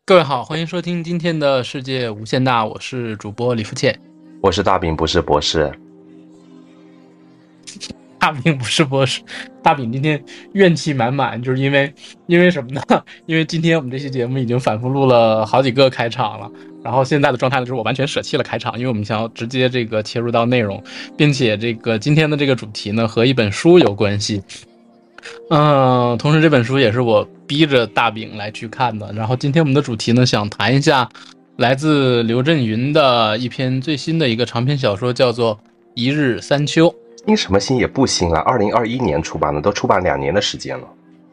各位好，欢迎收听今天的世界无限大，我是主播李福浅。 我是大饼，不是博士。 大饼不是博士，大饼今天怨气满满，就是因为什么呢？因为今天我们这期节目已经反复录了好几个开场了，然后现在的状态呢，就是我完全舍弃了开场，因为我们想要直接切入到内容，并且今天的这个主题呢和一本书有关系。同时这本书也是我逼着大饼来去看的。然后今天我们的主题呢，想谈一下来自刘震云的一篇最新的一个长篇小说，叫做《一日三秋》。 新什么新也不新了，2021年出版的，都出版2年的时间了。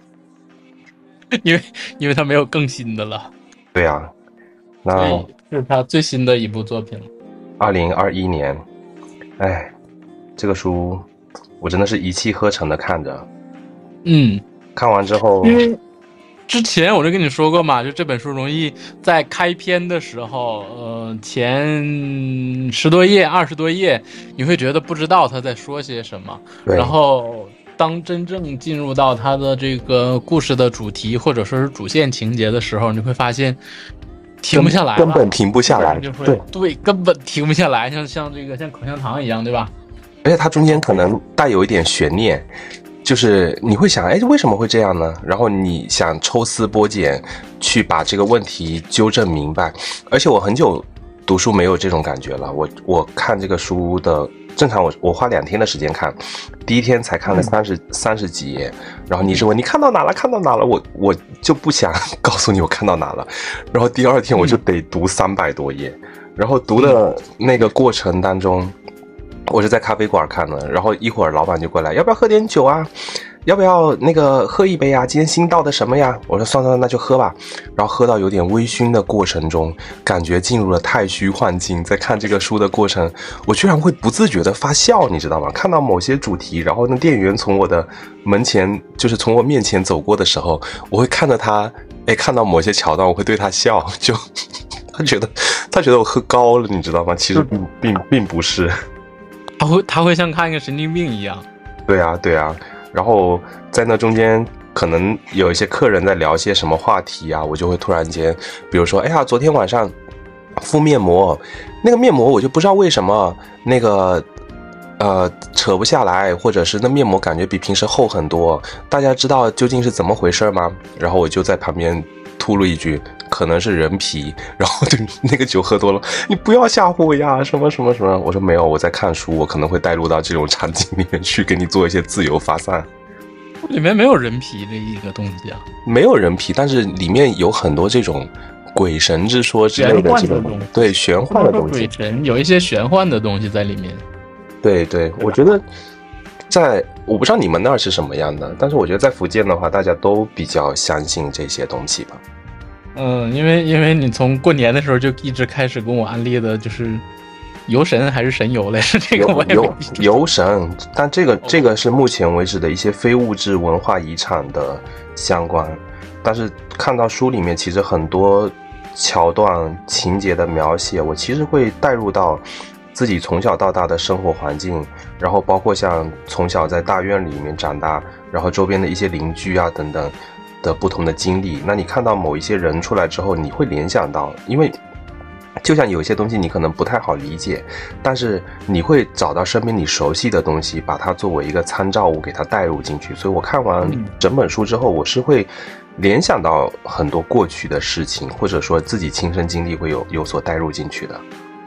因为他没有更新的了。 对啊，那是他最新的一部作品了。 2021年，哎，这个书我真的是一气呵成的看着。看完之后， 因为之前我就跟你说过嘛，就这本书容易在开篇的时候，前10多页、20多页，你会觉得不知道他在说些什么，然后当真正进入到他的这个故事的主题或者说是主线情节的时候，你会发现停不下来了， 根本停不下来。 对，根本停不下来，像口香糖一样，对吧？ 而且它中间可能带有一点悬念。就是你会想，为什么会这样呢？然后你想抽丝剥茧，去把这个问题纠正明白。而且我很久读书没有这种感觉了。我看这个书的正常我花2天的时间看，第一天才看了30几页。然后你是问你看到哪了？看到哪了？我就不想告诉你我看到哪了。然后第2天我就得读300多页。然后读的那个过程当中。我是在咖啡馆看的，然后一会儿老板就过来，要不要喝点酒啊？要不要喝一杯啊？今天新到的什么呀？我说算了，那就喝吧。然后喝到有点微醺的过程中，感觉进入了太虚幻境。在看这个书的过程，我居然会不自觉的发笑，你知道吗？看到某些主题，然后那店员从我的门前，就是从我面前走过的时候，我会看着他，看到某些桥段，我会对他笑，就他觉得我喝高了，你知道吗？其实并不是。 他会像看一个神经病一样。 对啊，然后在那中间可能有一些客人在聊些什么话题啊，我就会突然间，比如说，昨天晚上敷面膜，那个面膜我就不知道为什么扯不下来，或者是那面膜感觉比平时厚很多，大家知道究竟是怎么回事吗？然后我就在旁边吐露一句，可能是人皮。然后对那个酒喝多了，你不要吓唬我呀，什么什么什么。我说没有，我在看书，我可能会带入到这种场景里面去，给你做一些自由发散。 里面没有人皮这一个东西啊，没有人皮，但是里面有很多这种鬼神之说之类的这种，对，玄幻的东西。 鬼神有一些玄幻的东西在里面。 对，我觉得我不知道你们那儿是什么样的，但是我觉得在福建的话，大家都比较相信这些东西吧。 因为你从过年的时候就一直开始跟我安利的，就是游神还是神游来着？这个我也没游神，但这个是目前为止的一些非物质文化遗产的相关。但是看到书里面，其实很多桥段情节的描写，我其实会带入到自己从小到大的生活环境，然后包括像从小在大院里面长大，然后周边的一些邻居啊等等的不同的经历。那你看到某一些人出来之后，你会联想到，因为就像有些东西你可能不太好理解，但是你会找到身边你熟悉的东西，把它作为一个参照物给它带入进去。所以我看完整本书之后，我是会联想到很多过去的事情，或者说自己亲身经历会有所带入进去的。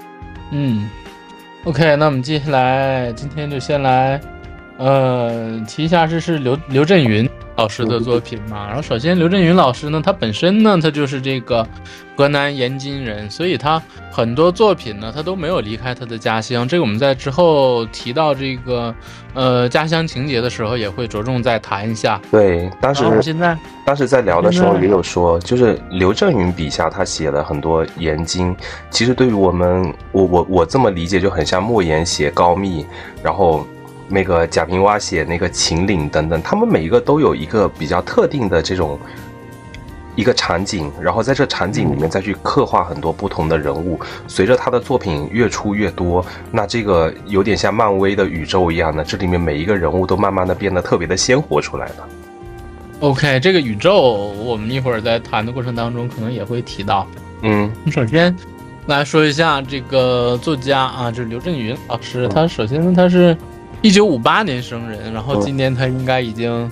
OK， 那我们接下来今天就先来提一下这是刘震云老师的作品嘛。然后首先刘震云老师呢，他本身呢他就是这个河南延津人，所以他很多作品呢他都没有离开他的家乡。这个我们在之后提到这个家乡情节的时候也会着重再谈一下。 对，当时在聊的时候也有说，就是刘震云笔下他写了很多延津，其实对于我这么理解就很像莫言写高密，然后那个贾平凹写那个秦岭等等，他们每一个都有一个比较特定的这种一个场景，然后在这场景里面再去刻画很多不同的人物。随着他的作品越出越多，那这个有点像漫威的宇宙一样的，这里面每一个人物都慢慢的变得特别的鲜活出来了。 OK， 这个宇宙我们一会儿在谈的过程当中可能也会提到。首先来说一下这个作家啊，就是刘震云老师。他首先他是1958年生人，然后今年他应该已经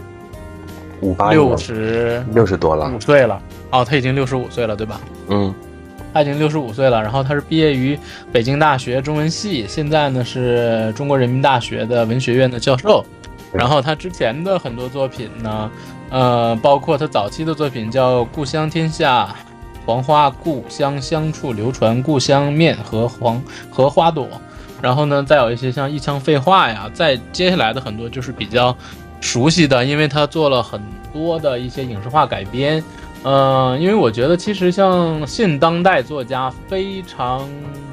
60 多了 ，5岁了。哦，他已经65岁了，对吧？他已经65岁了。然后他是毕业于北京大学中文系，现在呢是中国人民大学的文学院的教授。然后他之前的很多作品呢，包括他早期的作品叫《故乡天下》。黄花故乡香处流传，故乡面和花朵。然后呢，再有一些像一腔废话呀，再接下来的很多就是比较熟悉的，因为他做了很多的一些影视化改编。因为我觉得其实像现当代作家非常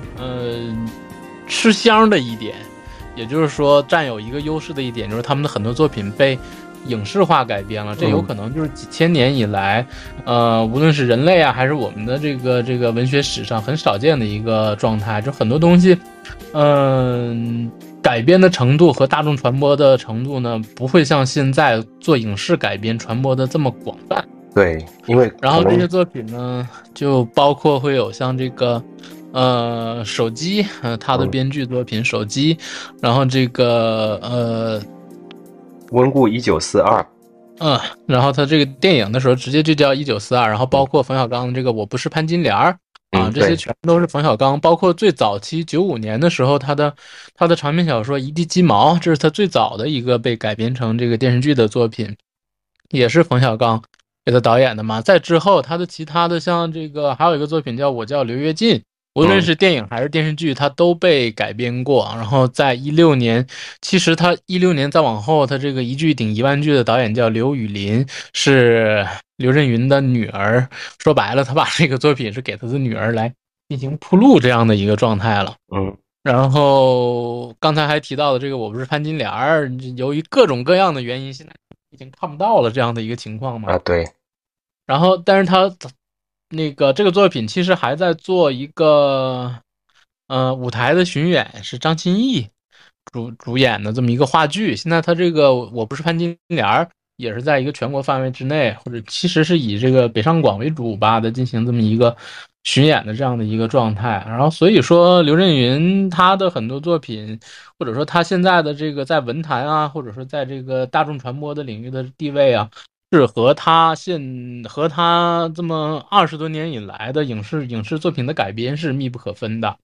吃香的一点，也就是说占有一个优势的一点，就是他们的很多作品被影视化改编了，这有可能就是几千年以来，无论是人类啊，还是我们的这个文学史上很少见的一个状态。就很多东西，改编的程度和大众传播的程度呢，不会像现在做影视改编传播的这么广泛。 对，因为然后这些作品呢，就包括会有像这个。手机，他的编剧作品《手机》，然后这个温故1942， 然后他这个电影的时候直接就叫1942，然后包括冯小刚的这个《我不是潘金莲》啊，这些全都是冯小刚，包括最早期95年的时候，他的长篇小说《一地鸡毛》，这是他最早的一个被改编成这个电视剧的作品，也是冯小刚给他导演的嘛。在之后，他的其他的像这个还有一个作品叫《我叫刘跃进》。无论是电影还是电视剧，它都被改编过。然后在16年，其实他16年再往后，他这个一剧顶1万句的导演叫刘宇霖，是刘震云的女儿。说白了，他把这个作品是给他的女儿来进行铺路这样的一个状态了。然后刚才还提到的这个《我不是潘金莲》，由于各种各样的原因，现在已经看不到了这样的一个情况嘛。 对。 然后，但是他。这个作品其实还在做一个舞台的巡演，是张歆艺主演的这么一个话剧。现在他这个我不是潘金莲也是在一个全国范围之内，或者其实是以这个北上广为主吧的进行这么一个巡演的这样的一个状态。然后所以说刘震云他的很多作品，或者说他现在的这个在文坛啊，或者说在这个大众传播的领域的地位啊，是和他这么20多年以来的影视作品的改编是密不可分的。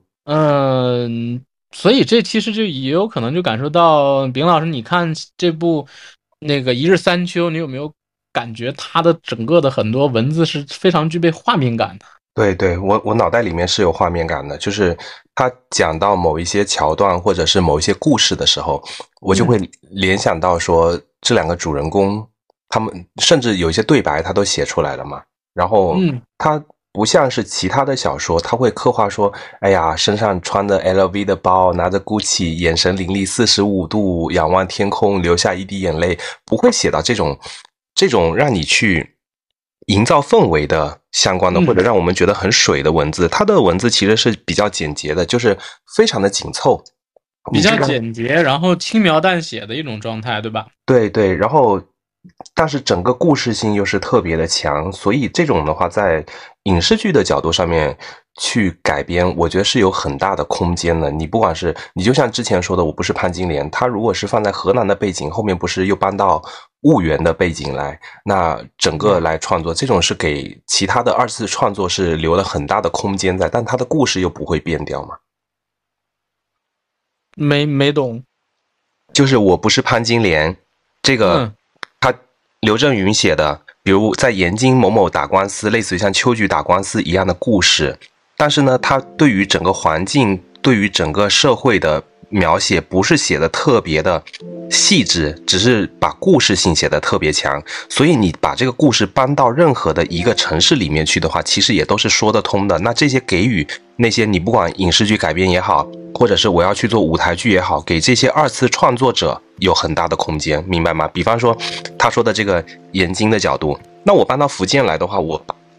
所以这其实就也有可能就感受到，丙老师，你看这部那个《一日三秋》，你有没有感觉他的整个的很多文字是非常具备画面感的？ 对，我脑袋里面是有画面感的，就是他讲到某一些桥段或者是某一些故事的时候，我就会联想到说这两个主人公。他们甚至有一些对白他都写出来了嘛，然后他不像是其他的小说，他会刻画说，哎呀，身上穿着 LV 的包，拿着 Gucci， 眼神凌厉45度仰望天空，流下一滴眼泪，不会写到这种让你去营造氛围的相关的，或者让我们觉得很水的文字。他的文字其实是比较简洁的，就是非常的紧凑， 比较简洁，然后轻描淡写的一种状态，对吧？ 对，然后但是整个故事性又是特别的强，所以这种的话在影视剧的角度上面去改编，我觉得是有很大的空间的。你不管是你就像之前说的我不是潘金莲，它如果是放在河南的背景，后面不是又搬到婺源的背景来，那整个来创作，这种是给其他的2次创作是留了很大的空间在，但它的故事又不会变掉嘛。 没懂。 就是我不是潘金莲这个他刘震云写的，比如在延津某某打官司，类似于像秋菊打官司一样的故事，但是呢他对于整个环境，对于整个社会的描写不是写的特别的细致，只是把故事性写的特别强，所以你把这个故事搬到任何的一个城市里面去的话，其实也都是说得通的。那这些给予那些你不管影视剧改编也好，或者是我要去做舞台剧也好，给这些2次创作者有很大的空间，明白吗？比方说他说的这个延津的角度，那我搬到福建来的话，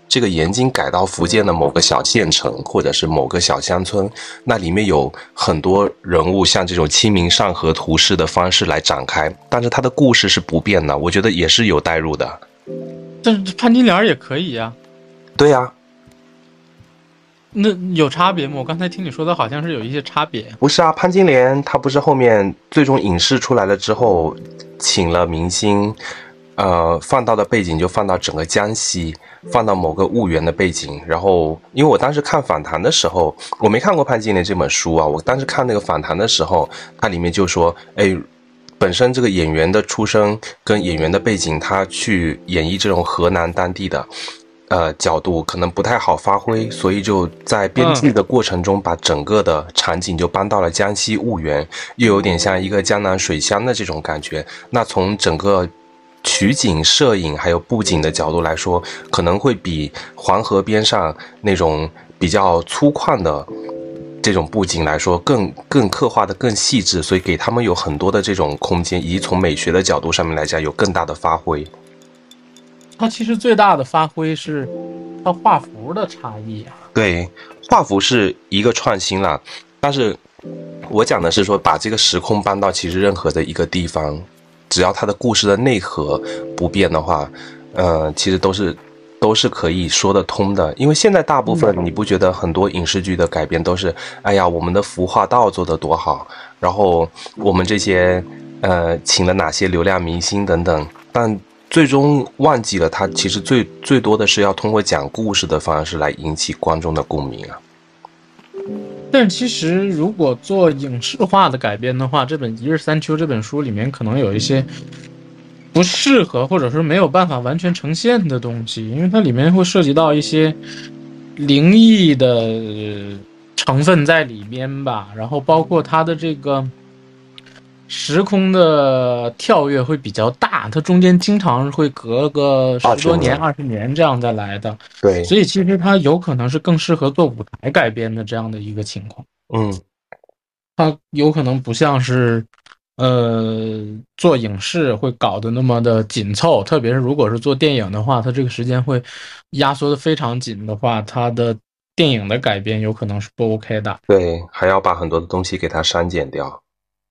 这个延津改到福建的某个小县城或者是某个小乡村，那里面有很多人物像这种《清明上河图》式的方式来展开，但是它的故事是不变的，我觉得也是有代入的。 但是潘金莲也可以呀。 对呀。 那有差别吗？我刚才听你说的好像是有一些差别。 不是啊，潘金莲她不是后面最终影视出来了之后，请了明星，放到的背景就放到整个江西，放到某个婺源的背景。然后，因为我当时看访谈的时候，我没看过潘金莲这本书啊，我当时看那个访谈的时候，它里面就说，哎，本身这个演员的出身跟演员的背景，他去演绎这种河南当地的。角度可能不太好发挥，所以就在编剧的过程中把整个的场景就搬到了江西婺源，又有点像一个江南水乡的这种感觉。那从整个取景、摄影还有布景的角度来说，可能会比黄河边上那种比较粗犷的这种布景来说更刻画的更细致，所以给他们有很多的这种空间，以及从美学的角度上面来讲有更大的发挥。 它其实最大的发挥是它画幅的差异啊。 对，画幅是一个创新啦，但是我讲的是说把这个时空搬到其实任何的一个地方，只要它的故事的内核不变的话，其实都是可以说得通的。因为现在大部分你不觉得很多影视剧的改编都是，哎呀，我们的服化道做得多好，然后我们这些请了哪些流量明星等等，但最终忘记了它其实最多的是要通过讲故事的方式来引起观众的共鸣啊。 但是其实如果做影视化的改编的话，这本《一日三秋》这本书里面可能有一些不适合或者是没有办法完全呈现的东西，因为它里面会涉及到一些灵异的成分在里面吧，然后包括它的这个时空的跳跃会比较大，它中间经常会隔个10多年、20年这样再来的。 对， 所以其实它有可能是更适合做舞台改编的这样的一个情况。它有可能不像是做影视会搞得那么的紧凑，特别是如果是做电影的话，它这个时间会压缩的非常紧的话，它的电影的改编有可能是不 OK 的。 对，还要把很多的东西给它删减掉。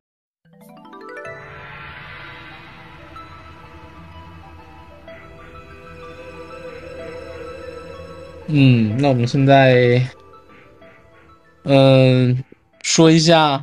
那我们现在说一下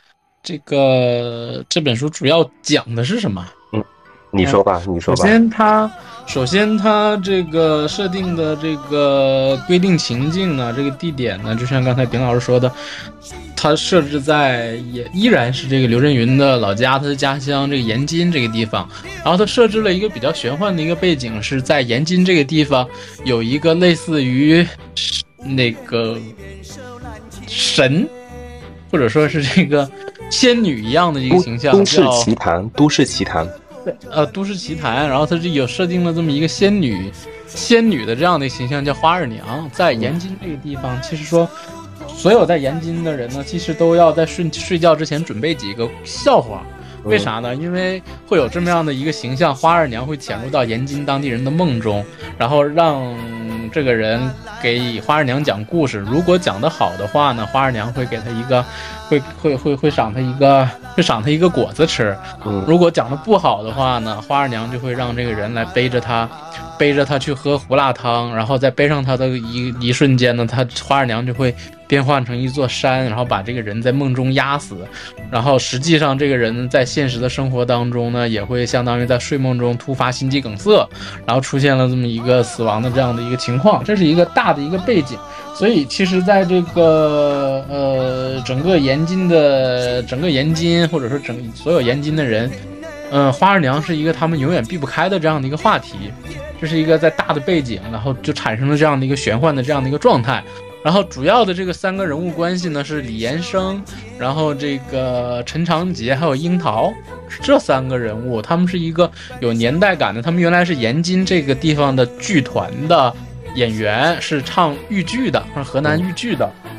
这本书主要讲的是什么？ 你说吧，你说吧。 首先它这个设定的这个规定情境呢，这个地点呢，就像刚才丙老师说的，它设置在也依然是这个刘震云的老家，他的家乡这个延津这个地方。然后他设置了一个比较玄幻的一个背景，是在延津这个地方有一个类似于那个神，或者说是这个仙女一样的一个形象， 都市奇谈。都市奇谈，然后它是有设定了这么一个仙女的这样的形象，叫花二娘，在延津这个地方。其实说，所有在延津的人呢，其实都要在睡觉之前准备几个笑话。为啥呢？因为会有这么样的一个形象，花二娘会潜入到延津当地人的梦中，然后让这个人给花二娘讲故事。如果讲得好的话呢，花二娘会给他一个，会赏他一个果子吃。如果讲得不好的话呢，花二娘就会让这个人来背着他去喝胡辣汤，然后在背上他的一瞬间呢，花二娘就会变换成一座山，然后把这个人在梦中压死。然后实际上这个人在现实的生活当中呢，也会相当于在睡梦中突发心肌梗塞，然后出现了这么一个死亡的这样的一个情况。这是一个大的一个背景。所以其实在这个整个延津或者说所有延津的人，花二娘是一个他们永远避不开的这样的一个话题。这是一个在大的背景，然后就产生了这样的一个玄幻的这样的一个状态。然后主要的这个3个人物关系呢，是李延生，然后这个陈长捷还有樱桃，这3个人物他们是一个有年代感的，他们原来是延津这个地方的剧团的演员，是唱豫剧的，是河南豫剧的。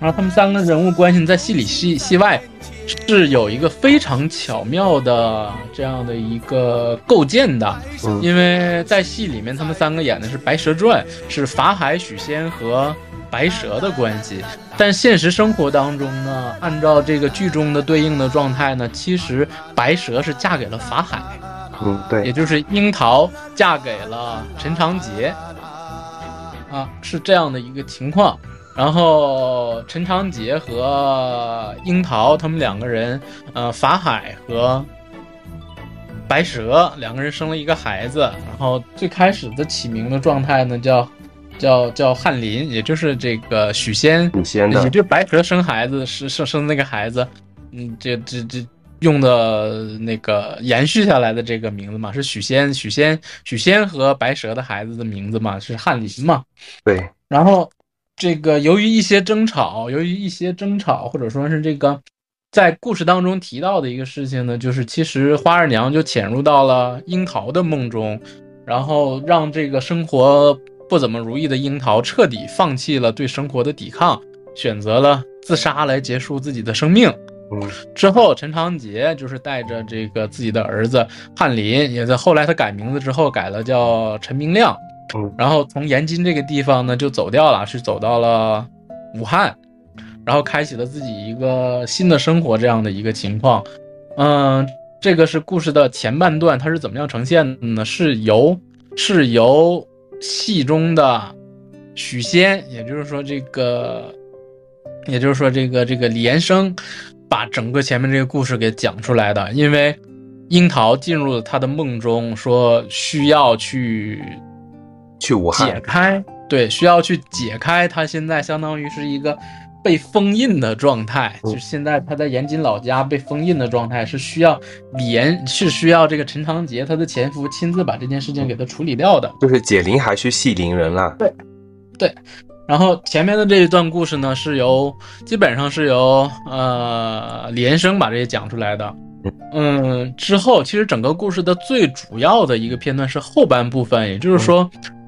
然后他们3个人物关系在戏里戏外是有一个非常巧妙的这样的一个构建的。因为在戏里面他们3个演的是《白蛇传》，是法海、许仙和白蛇的关系，但现实生活当中呢，按照这个剧中的对应的状态呢，其实白蛇是嫁给了法海， 对， 也就是樱桃嫁给了陈长捷啊，是这样的一个情况。然后陈长捷和樱桃他们2个人，法海和白蛇2个人生了一个孩子，然后最开始的起名的状态呢叫翰林，也就是这个许仙的，也就是白蛇生孩子生那个孩子，这用的那个延续下来的这个名字嘛，是许仙和白蛇的孩子的名字嘛，是翰林嘛。 对， 然后这个由于一些争吵，或者说是这个在故事当中提到的一个事情呢，就是其实花二娘就潜入到了樱桃的梦中，然后让这个生活不怎么如意的樱桃彻底放弃了对生活的抵抗，选择了自杀来结束自己的生命。之后陈长捷就是带着这个自己的儿子翰林，也在后来他改名字之后改了叫陈明亮，然后从延津这个地方呢就走掉了，是走到了武汉，然后开启了自己一个新的生活这样的一个情况。这个是故事的前半段，它是怎么样呈现的呢？是由戏中的许仙，也就是说这个李延生把整个前面这个故事给讲出来的。因为樱桃进入了他的梦中，说需要去武汉解开，对，需要去解开他现在相当于是一个被封印的状态，就是现在他在延津老家被封印的状态，是需要这个陈长捷他的前夫亲自把这件事情给他处理掉的， 就是解铃还需系铃人了。 对。然后前面的这一段故事呢，基本上是由李延生把这些讲出来的。之后其实整个故事的最主要的一个片段是后半部分，也就是说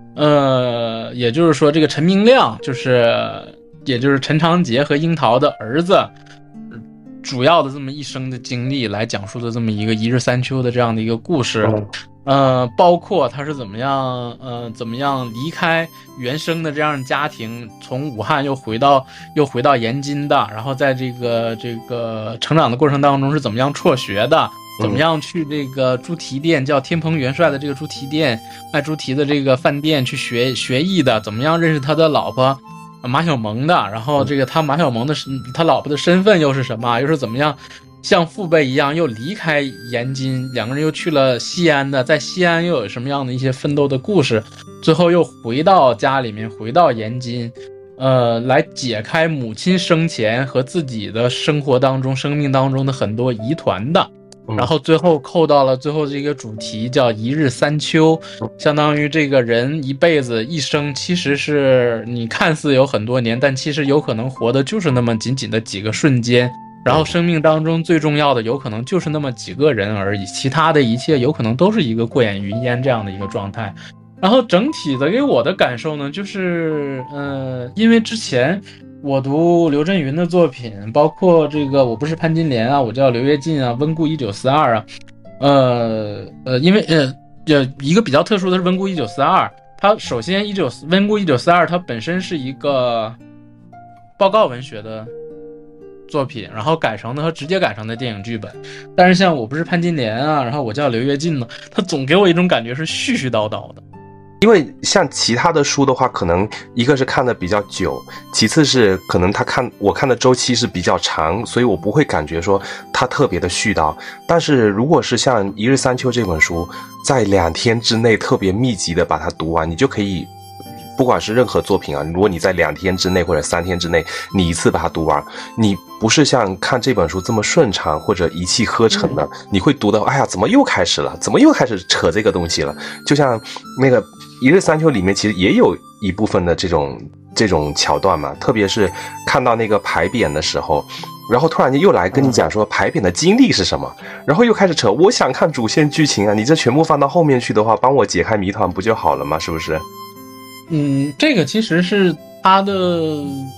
这个陈明亮也就是陈长捷和樱桃的儿子主要的这么一生的经历来讲述的这么一个一日三秋的这样的一个故事。包括他是怎么样离开原生的这样的家庭，从武汉又回到延津的，然后在这个成长的过程当中是怎么样辍学的，怎么样去这个猪蹄店，叫天蓬元帅的这个猪蹄店卖猪蹄的这个饭店去学艺的，怎么样认识他的老婆马小萌的，然后这个他马小萌的他老婆的身份又是什么，又是怎么样像父辈一样又离开延津，2个人又去了西安的，在西安又有什么样的一些奋斗的故事，最后又回到家里面，回到延津，来解开母亲生前和自己的生命当中的很多疑团的。然后最后扣到了最后这个主题叫一日三秋，相当于这个人一辈子一生其实是你看似有很多年，但其实有可能活的就是那么仅仅的几个瞬间，然后生命当中最重要的有可能就是那么几个人而已，其他的一切有可能都是一个过眼云烟这样的一个状态。然后整体的给我的感受呢，就是因为之前我读刘震云的作品，包括这个我不是潘金莲啊，我叫刘跃进啊，温故1942啊，因为一个比较特殊的是温故1942，它首先温故1942它本身是一个报告文学的作品，然后直接改成的电影剧本。但是像我不是潘金莲啊，然后我叫刘跃进呢，它总给我一种感觉是絮絮叨叨的。 因为像其他的书的话，可能一个是看的比较久，其次是可能我看的周期是比较长，所以我不会感觉说它特别的絮叨。但是如果是像《一日三秋》这本书，在2天之内特别密集的把它读完，你就可以，不管是任何作品啊，如果你在2天之内或者3天之内，你一次把它读完，你不是像看这本书这么顺畅或者一气呵成的，你会读到哎呀怎么又开始了，怎么又开始扯这个东西了。就像那个《一日三秋》里面其实也有一部分的这种桥段嘛，特别是看到那个牌匾的时候，然后突然间又来跟你讲说牌匾的经历是什么，然后又开始扯，我想看主线剧情啊，你这全部放到后面去的话，帮我解开谜团不就好了吗？是不是？ 这个其实是他的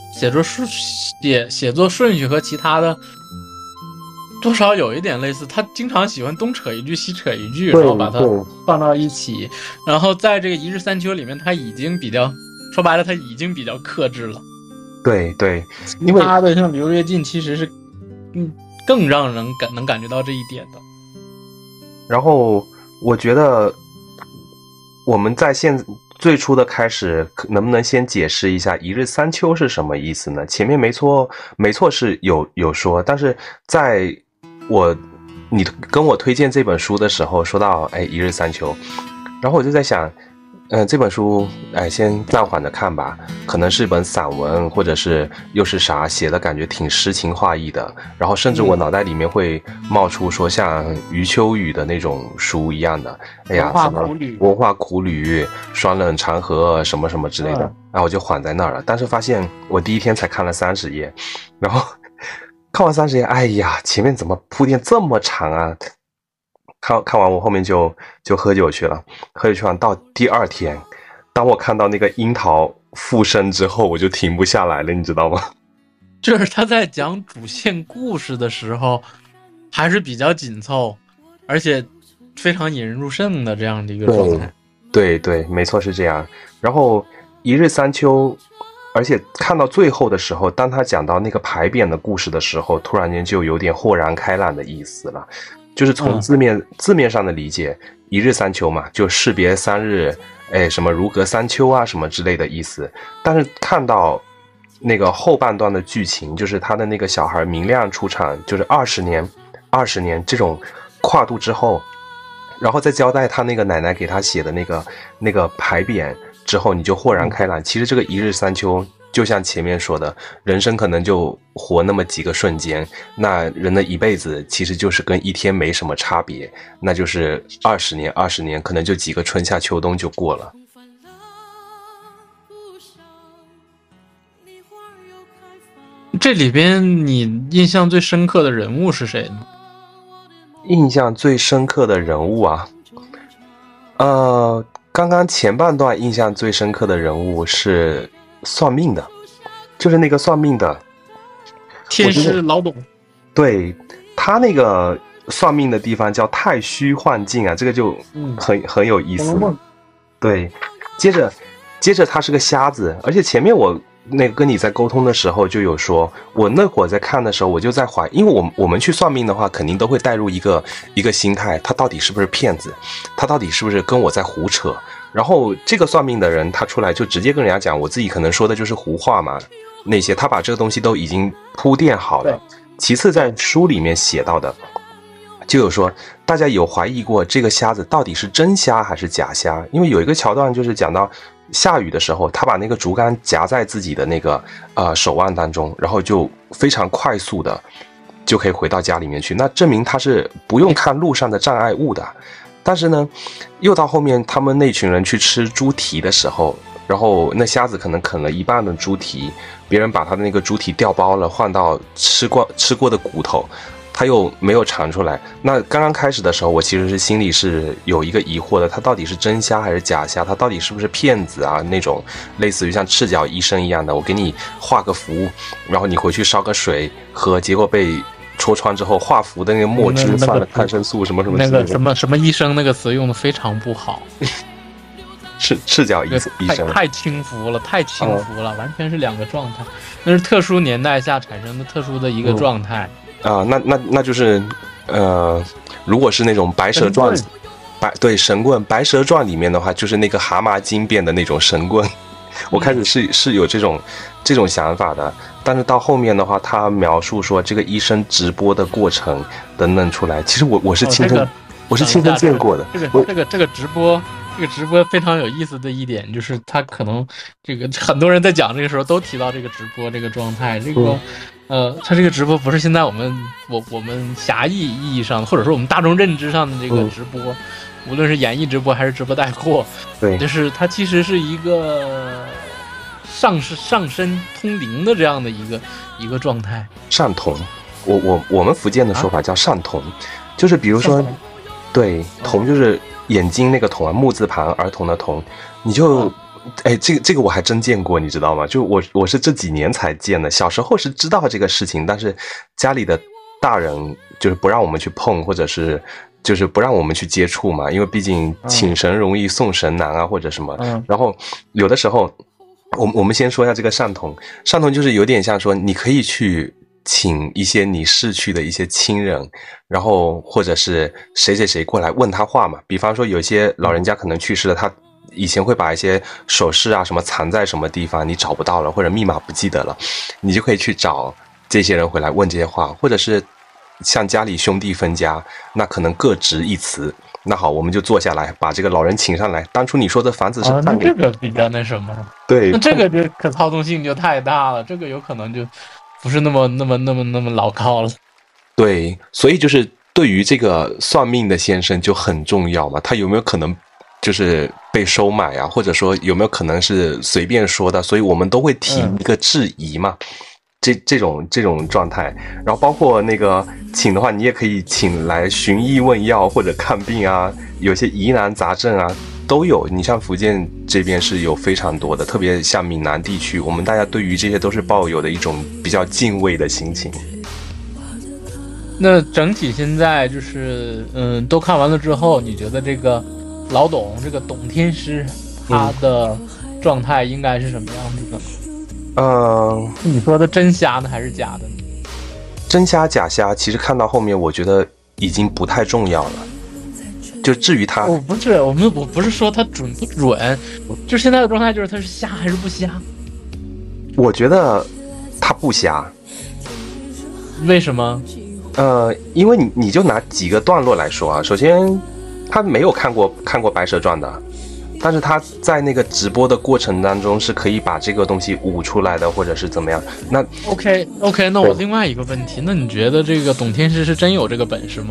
写作顺序和其他的多少有一点类似，他经常喜欢东扯一句西扯一句，然后把它放到一起。然后在这个一日三秋里面，他已经比较说白了，他已经比较克制了。 对对，因为他的像刘跃进其实是更让人能感觉到这一点的。 然后我觉得我们在最初的开始，能不能先解释一下一日三秋是什么意思呢？前面没错是有说，但是在你跟我推荐这本书的时候，说到一日三秋，然后我就在想，这本书先暂缓着看吧，可能是一本散文，或者是又是啥写的感觉挺诗情画意的，然后甚至我脑袋里面会冒出说像余秋雨的那种书一样的，什么文化苦旅、双冷长河什么什么之类的，然后我就缓在那儿了。但是发现我第一天才看了30页，然后看完30页，前面怎么铺垫这么长啊？看完我后面就喝酒去了，到第2天，当我看到那个樱桃附身之后，我就停不下来了，你知道吗？ 就是他在讲主线故事的时候，还是比较紧凑，而且非常引人入胜的这样的一个状态。 对，没错是这样。然后一日三秋，而且看到最后的时候，当他讲到那个牌匾的故事的时候，突然间就有点豁然开朗的意思了。就是从字面上的理解，一日三秋嘛，就士别3日，什么如隔三秋啊，什么之类的意思。但是看到那个后半段的剧情，就是他的那个小孩明亮出场，就是20年这种跨度之后，然后再交代他那个奶奶给他写的那个牌匾之后，你就豁然开朗。其实这个一日三秋，就像前面说的，人生可能就活那么几个瞬间，那人的一辈子其实就是跟一天没什么差别，那就是20年可能就几个春夏秋冬就过了。 这里边你印象最深刻的人物是谁呢？ 印象最深刻的人物啊，刚刚前半段印象最深刻的人物是算命的，就是那个算命的天师老董。对， 他那个算命的地方叫太虚幻境啊，这个就很有意思。对，接着他是个瞎子，而且前面我那个跟你在沟通的时候就有说，我那会儿在看的时候我就在怀疑，因为我们去算命的话肯定都会带入一个心态，他到底是不是骗子，他到底是不是跟我在胡扯。然后这个算命的人他出来就直接跟人家讲，我自己可能说的就是胡话嘛，那些他把这个东西都已经铺垫好了。其次在书里面写到的就有说，大家有怀疑过这个瞎子到底是真瞎还是假瞎，因为有一个桥段就是讲到下雨的时候，他把那个竹竿夹在自己的那个手腕当中，然后就非常快速的就可以回到家里面去，那证明他是不用看路上的障碍物的。但是呢，又到后面他们那群人去吃猪蹄的时候，然后那瞎子可能啃了一半的猪蹄，别人把他的那个猪蹄调包了，换到吃过的骨头，他又没有尝出来。那刚刚开始的时候，我其实是心里是有一个疑惑的，他到底是真瞎还是假瞎，他到底是不是骗子啊，那种类似于像赤脚医生一样的，我给你画个符，然后你回去烧个水喝，结果被戳穿之后，画符的那个墨汁放了抗生素什么什么之类的， 那个什么医生那个词用的非常不好， 赤脚医生太轻浮了，完全是两个状态，那是特殊年代下产生的特殊的一个状态。 那就是如果是那种白蛇传神棍白蛇传里面的话，就是那个蛤蟆精变的那种神棍。我开始是有这种想法的，但是到后面的话，他描述说这个医生直播的过程等等出来，其实我是亲身见过的。 这个直播非常有意思的一点就是，他可能这个很多人在讲这个时候都提到这个直播这个状态，这个他这个直播不是现在我们狭义意义上，或者说我们大众认知上的这个直播。无论是演艺直播还是直播带货， 对， 就是它其实是一个上身通灵的这样的一个状态。 上童，我们福建的说法叫上童，就是比如说，对，童就是眼睛那个童啊，木字旁儿童的童，你就哎，这个我还真见过，你知道吗？就我是这几年才见的，小时候是知道这个事情，但是家里的大人就是不让我们去碰，或者是就是不让我们去接触嘛，因为毕竟请神容易送神难啊，或者什么。然后有的时候，我们先说一下这个上童，上童就是有点像说，你可以去请一些你逝去的一些亲人，然后或者是谁谁谁过来问他话嘛。比方说有些老人家可能去世了，他以前会把一些首饰啊什么藏在什么地方，你找不到了，或者密码不记得了，你就可以去找这些人回来问这些话，或者是像家里兄弟分家，那可能各执一词。那好，我们就坐下来，把这个老人请上来。当初你说的房子是那这个比较那什么， 对， 那这个就可操纵性就太大了，这个有可能就不是那么牢靠了。 对，所以就是对于这个算命的先生就很重要嘛，他有没有可能就是被收买啊，或者说有没有可能是随便说的，所以我们都会提一个质疑嘛。这种状态，然后包括那个请的话，你也可以请来寻医问药或者看病啊，有些疑难杂症啊都有。你像福建这边是有非常多的，特别像闽南地区，我们大家对于这些都是抱有的一种比较敬畏的心情。 那整体现在就是都看完了之后，你觉得这个老董这个董天师他的状态应该是什么样子的？你说的真瞎呢还是假的呢？ 真瞎假瞎，其实看到后面，我觉得已经不太重要了。就至于他， 我不是说他准不准，就现在的状态就是他是瞎还是不瞎？ 我觉得他不瞎。 为什么？ 因为你就拿几个段落来说啊，首先他没有看过《白蛇传》的。但是他在那个直播的过程当中是可以把这个东西悟出来的，或者是怎么样。那 OK， 那我另外一个问题，那你觉得这个董天师是真有这个本事吗？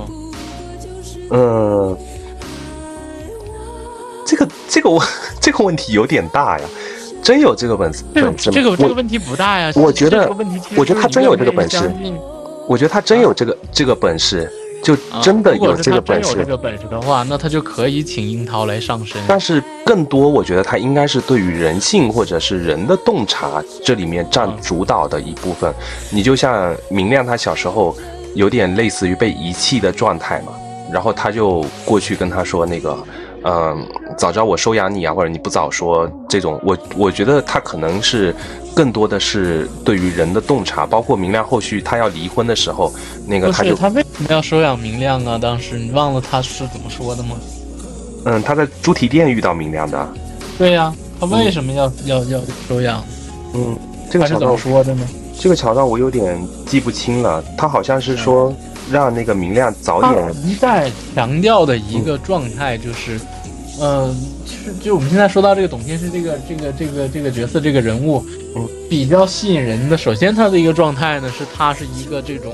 这个问题有点大呀，真有这个本事吗？ 这个问题不大呀。 我觉得他真有这个本事。我觉得他真有这个本事。就真的有这个本事， 如果是他真有这个本事的话，那他就可以请樱桃来上身。 但是更多，我觉得他应该是对于人性或者是人的洞察这里面占主导的一部分。你就像明亮，他小时候有点类似于被遗弃的状态嘛，然后他就过去跟他说那个，早知道我收养你啊，或者你不早说这种，我觉得他可能是更多的是对于人的洞察，包括明亮后续他要离婚的时候，那个他为什么要收养明亮啊？当时你忘了他是怎么说的吗？ 他在猪蹄店遇到明亮的。 对呀，他为什么要收养？ 这个他是怎么说的呢？ 这个桥段我有点记不清了，他好像是说让那个明亮早点。 一再强调的一个状态就是，就我们现在说到这个董天师这个角色这个人物，比较吸引人的。首先他的一个状态呢，是他是一个这种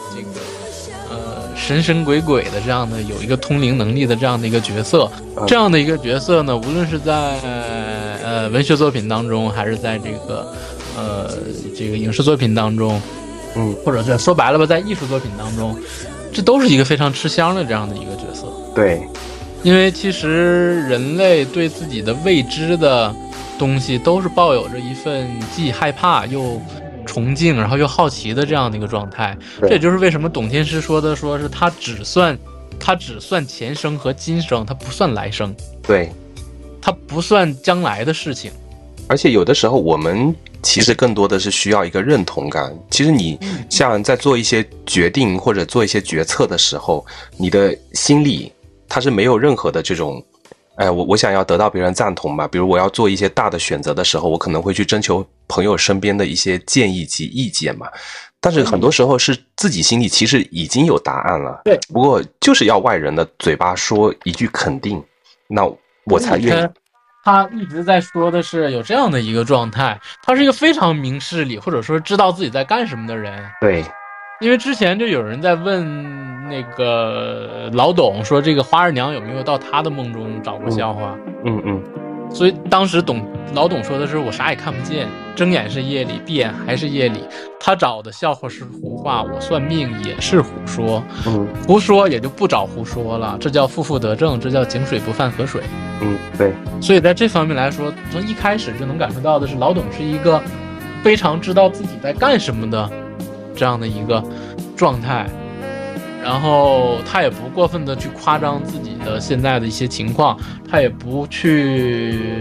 神神鬼鬼的这样的有一个通灵能力的这样的一个角色。这样的一个角色呢，无论是在文学作品当中，还是在这个影视作品当中，或者是说白了吧，在艺术作品当中，这都是一个非常吃香的这样的一个角色。 对。 因为其实人类对自己的未知的东西都是抱有着一份既害怕又崇敬，然后又好奇的这样的一个状态。这也就是为什么董天师说是他只算前生和今生，他不算来生。 对， 他不算将来的事情。 而且有的时候我们其实更多的是需要一个认同感。其实你像在做一些决定或者做一些决策的时候，你的心里它是没有任何的这种，我想要得到别人赞同吧。比如我要做一些大的选择的时候，我可能会去征求朋友身边的一些建议及意见嘛。但是很多时候是自己心里其实已经有答案了， 对， 不过就是要外人的嘴巴说一句肯定，那我才愿意。 他一直在说的是有这样的一个状态，他是一个非常明事理或者说知道自己在干什么的人。 对， 因为之前就有人在问那个老董说，这个花二娘有没有到他的梦中找过笑话？ 所以当时老董说的是我啥也看不见，睁眼是夜里，闭眼还是夜里。他找的笑话是胡话，我算命也是胡说。胡说也就不找胡说了，这叫负负得正，这叫井水不犯河水。 对。 所以在这方面来说，从一开始就能感受到的是，老董是一个非常知道自己在干什么的这样的一个状态。然后他也不过分的去夸张自己的现在的一些情况，他也不去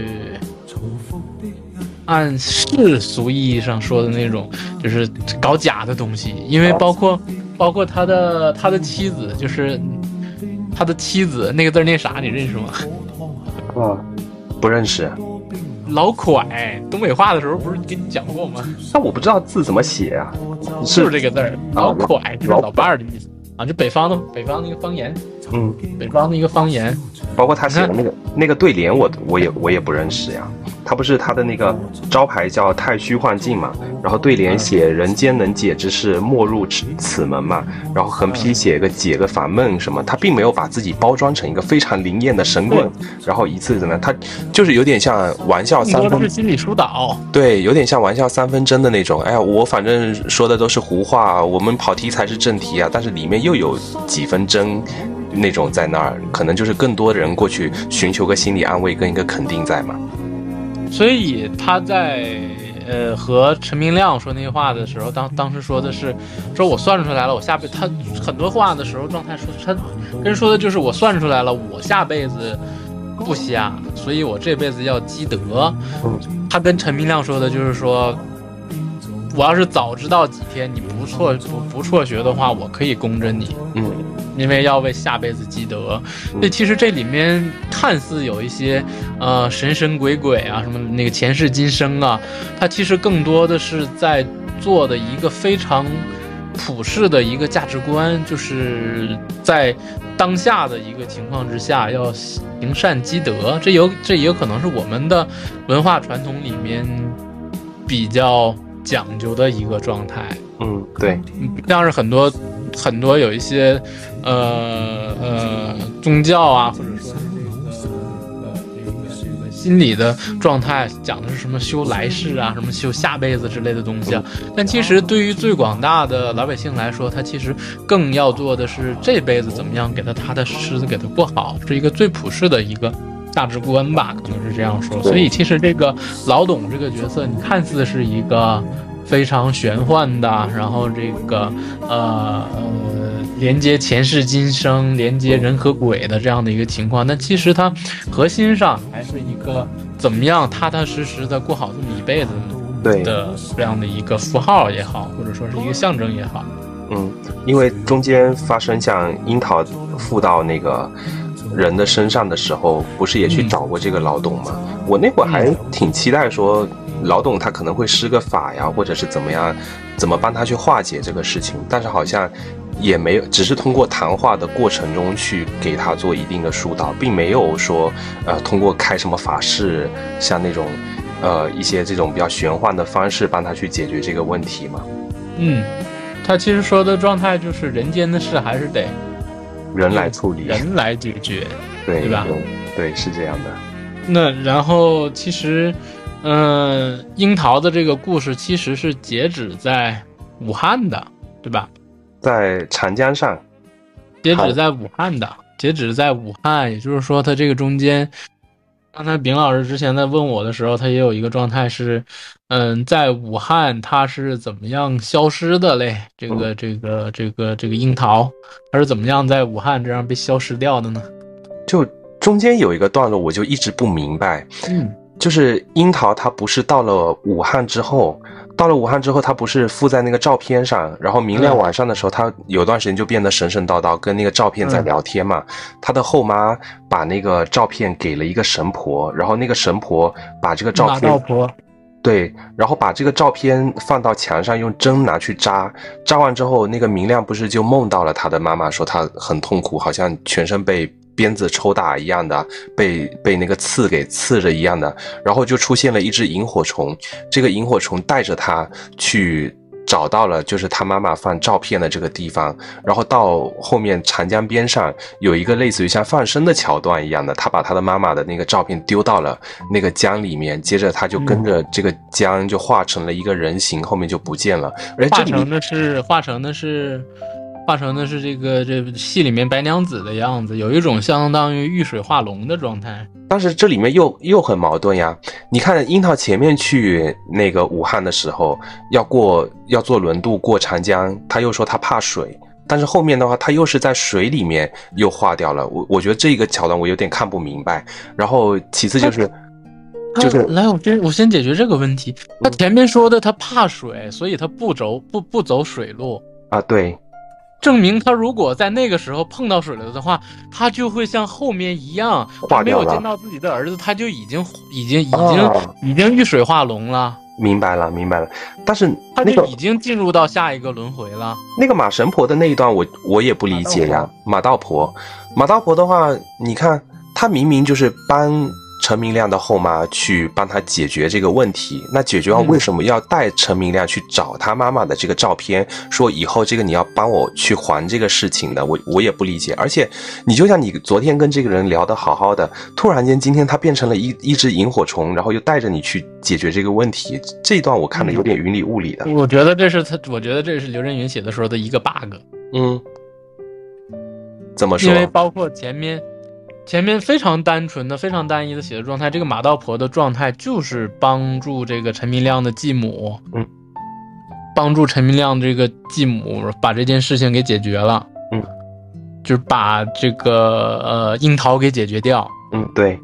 按世俗意义上说的那种就是搞假的东西，因为包括他的妻子，就是他的妻子那个字念啥你认识吗？ 不认识。 老蒯，东北话的时候不是给你讲过吗？ 但我不知道字怎么写啊。 就是这个字儿，老蒯就是老伴儿的意思啊，就北方的一个方言。北方的一个方言。 包括他写的那个对联我也不认识呀。他不是他的那个招牌叫太虚幻境嘛，然后对联写人间能解之事莫入此门嘛，然后横批写个解个法闷什么，他并没有把自己包装成一个非常灵验的神棍，然后一次怎么样，他就是有点像玩笑三分， 是心理疏导。 对，有点像玩笑三分真的那种。哎呀，我反正说的都是胡话，我们跑题才是正题啊，但是里面又有几分真那种在那儿，可能就是更多的人过去寻求个心理安慰跟一个肯定在嘛。 所以他在和陈明亮说那些话的时候，当时说的是说我算出来了，我下辈子，他很多话的时候状态说他跟人说的就是我算出来了，我下辈子不瞎，所以我这辈子要积德。他跟陈明亮说的就是说，我要是早知道几天你不辍学的话，我可以供着你。因为要为下辈子积德。所以其实这里面看似有一些神神鬼鬼啊，什么那个前世今生啊，它其实更多的是在做的一个非常普世的一个价值观，就是在当下的一个情况之下要行善积德。这也有可能是我们的文化传统里面比较讲究的一个状态。 对， 像是很多有一些宗教啊，或者说是这个心理的状态，讲的是什么修来世啊，什么修下辈子之类的东西啊。但其实对于最广大的老百姓来说，他其实更要做的是这辈子怎么样给他踏踏实实的给他过好，是一个最普世的一个价值观吧，可能是这样说。所以其实这个老董这个角色，你看似是一个非常玄幻的，然后这个连接前世今生、连接人和鬼的这样的一个情况，但其实它核心上还是一个怎么样踏踏实实的过好这么一辈子的这样的一个符号也好，或者说是一个象征也好。 因为中间发生像樱桃附到那个人的身上的时候，不是也去找过这个老董吗？我那会儿还挺期待说老董他可能会施个法呀，或者是怎么样，怎么帮他去化解这个事情，但是好像也没有，只是通过谈话的过程中去给他做一定的疏导，并没有说通过开什么法事，像那种一些这种比较玄幻的方式帮他去解决这个问题嘛。 他其实说的状态就是人间的事还是得人来处理， 人来解决， 对吧？ 对，是这样的。 那然后其实樱桃的这个故事其实是截止在武汉的，对吧？ 在长江上， 截止在武汉的，截止在武汉，也就是说，它这个中间，刚才丙老师之前在问我的时候，他也有一个状态是，在武汉它是怎么样消失的嘞？这个樱桃，它是怎么样在武汉这样被消失掉的呢？ 就中间有一个段落，我就一直不明白，就是樱桃它不是到了武汉之后，它不是附在那个照片上，然后明亮晚上的时候，他有段时间就变得神神叨叨，跟那个照片在聊天嘛。他的后妈把那个照片给了一个神婆，然后那个神婆把这个照片， 马道婆， 对，然后把这个照片放到墙上，用针拿去扎完之后，那个明亮不是就梦到了他的妈妈，说他很痛苦，好像全身被鞭子抽打一样的，被那个刺给刺着一样的，然后就出现了一只萤火虫，这个萤火虫带着他去找到了就是他妈妈放照片的这个地方，然后到后面长江边上有一个类似于像放生的桥段一样的，他把他的妈妈的那个照片丢到了那个江里面，接着他就跟着这个江就化成了一个人形，后面就不见了。而画成的是这戏里面白娘子的样子，有一种相当于遇水化龙的状态。 但是这里面又很矛盾呀！你看樱桃前面去那个武汉的时候，要坐轮渡过长江，他又说他怕水，但是后面的话他又是在水里面又化掉了。我觉得这个桥段我有点看不明白。然后其次就是来，我先解决这个问题。他前面说的他怕水，所以他不走水路啊，对。 证明他如果在那个时候碰到水了的话，他就会像后面一样，他没有见到自己的儿子，他就已经遇水化龙了。 明白了。但是他就已经进入到下一个轮回了。 那个马神婆的那一段我也不理解呀。马道婆的话，你看他明明就是帮陈明亮的后妈去帮他解决这个问题，那解决完为什么要带陈明亮去找他妈妈的这个照片，说以后这个你要帮我去还这个事情的，我也不理解。而且你就像你昨天跟这个人聊得好好的，突然间今天他变成了一只萤火虫，然后又带着你去解决这个问题，这一段我看的有点云里雾里的。 我觉得这是刘震云写的时候的一个 bug。 怎么说？ 因为包括前面非常单纯的、非常单一的写的状态，这个马道婆的状态就是帮助这个陈明亮的继母，帮助陈明亮这个继母把这件事情给解决了，就是把这个樱桃给解决掉， 对，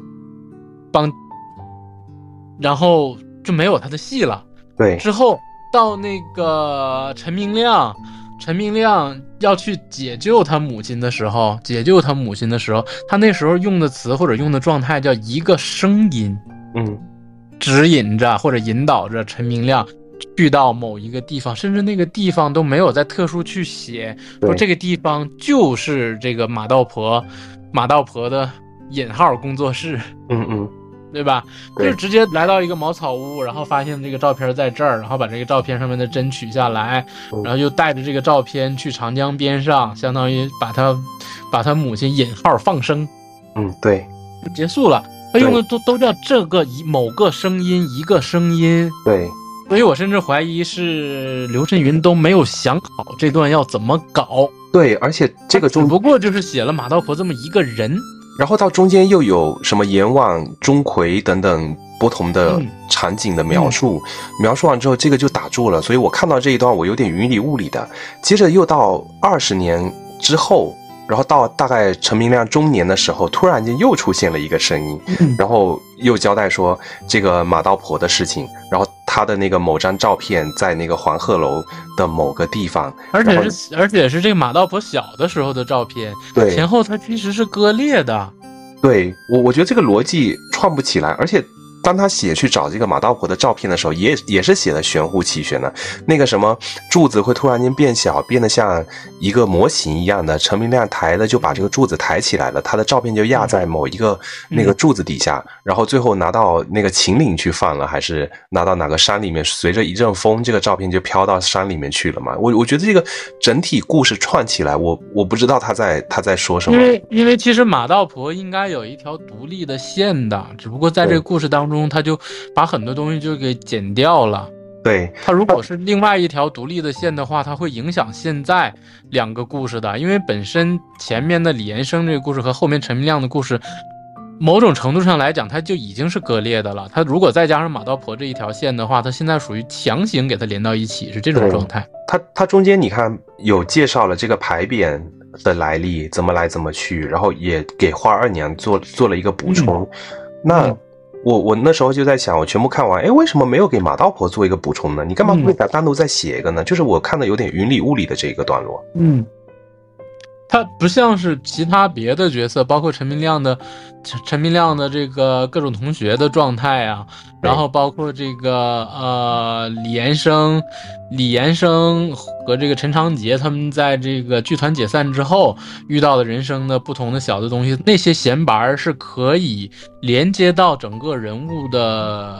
然后就没有他的戏了。 对， 之后到那个陈明亮要去解救他母亲的时候，他那时候用的词或者用的状态叫一个声音，指引着或者引导着陈明亮去到某一个地方，甚至那个地方都没有在特殊去写，说这个地方就是这个马道婆的引号工作室，对吧？就是直接来到一个茅草屋，然后发现这个照片在这儿，然后把这个照片上面的针取下来，然后又带着这个照片去长江边上，相当于把他母亲引号放生， 对， 就结束了。他用的都叫这个某个声音一个声音， 对。 所以我甚至怀疑是刘震云都没有想好这段要怎么搞。 对，而且这个只不过就是写了马道婆这么一个人。 然后到中间又有什么阎王、钟馗等等不同的场景的描述，描述完之后这个就打住了，所以我看到这一段我有点云里雾里的。接着又到20年之后，然后到大概陈明亮中年的时候，突然间又出现了一个声音，然后又交代说这个马道婆的事情，然后他的那个某张照片在那个黄鹤楼的某个地方， 而且是这个马道婆小的时候的照片， 对， 前后它其实是割裂的。 对，我觉得这个逻辑串不起来，而且当他写去找这个马道婆的照片的时候，也是写的玄乎其玄的。那个什么柱子会突然间变小，变得像一个模型一样的，陈明亮抬的就把这个柱子抬起来了，他的照片就压在某一个那个柱子底下，然后最后拿到那个秦岭去放了，还是拿到哪个山里面，随着一阵风，这个照片就飘到山里面去了嘛。我觉得这个整体故事串起来，我不知道他在说什么。 因为其实马道婆应该有一条独立的线的，只不过在这个故事当中，他就把很多东西就给剪掉了。 对， 他如果是另外一条独立的线的话，它会影响现在两个故事的，因为本身前面的李延生这个故事和后面陈明亮的故事，某种程度上来讲，它就已经是割裂的了。它如果再加上马道婆这一条线的话，它现在属于强行给它连到一起，是这种状态。 它中间你看有介绍了这个牌匾的来历，怎么来怎么去，然后也给花二娘做了一个补充。那我那时候就在想，我全部看完，为什么没有给马道婆做一个补充呢？你干嘛不给他单独再写一个呢？就是我看的有点云里雾里的这个段落。 他不像是其他别的角色，包括陈明亮的这个各种同学的状态啊，然后包括这个李延生和这个陈长捷他们在这个剧团解散之后遇到的人生的不同的小的东西，那些闲白是可以连接到整个人物的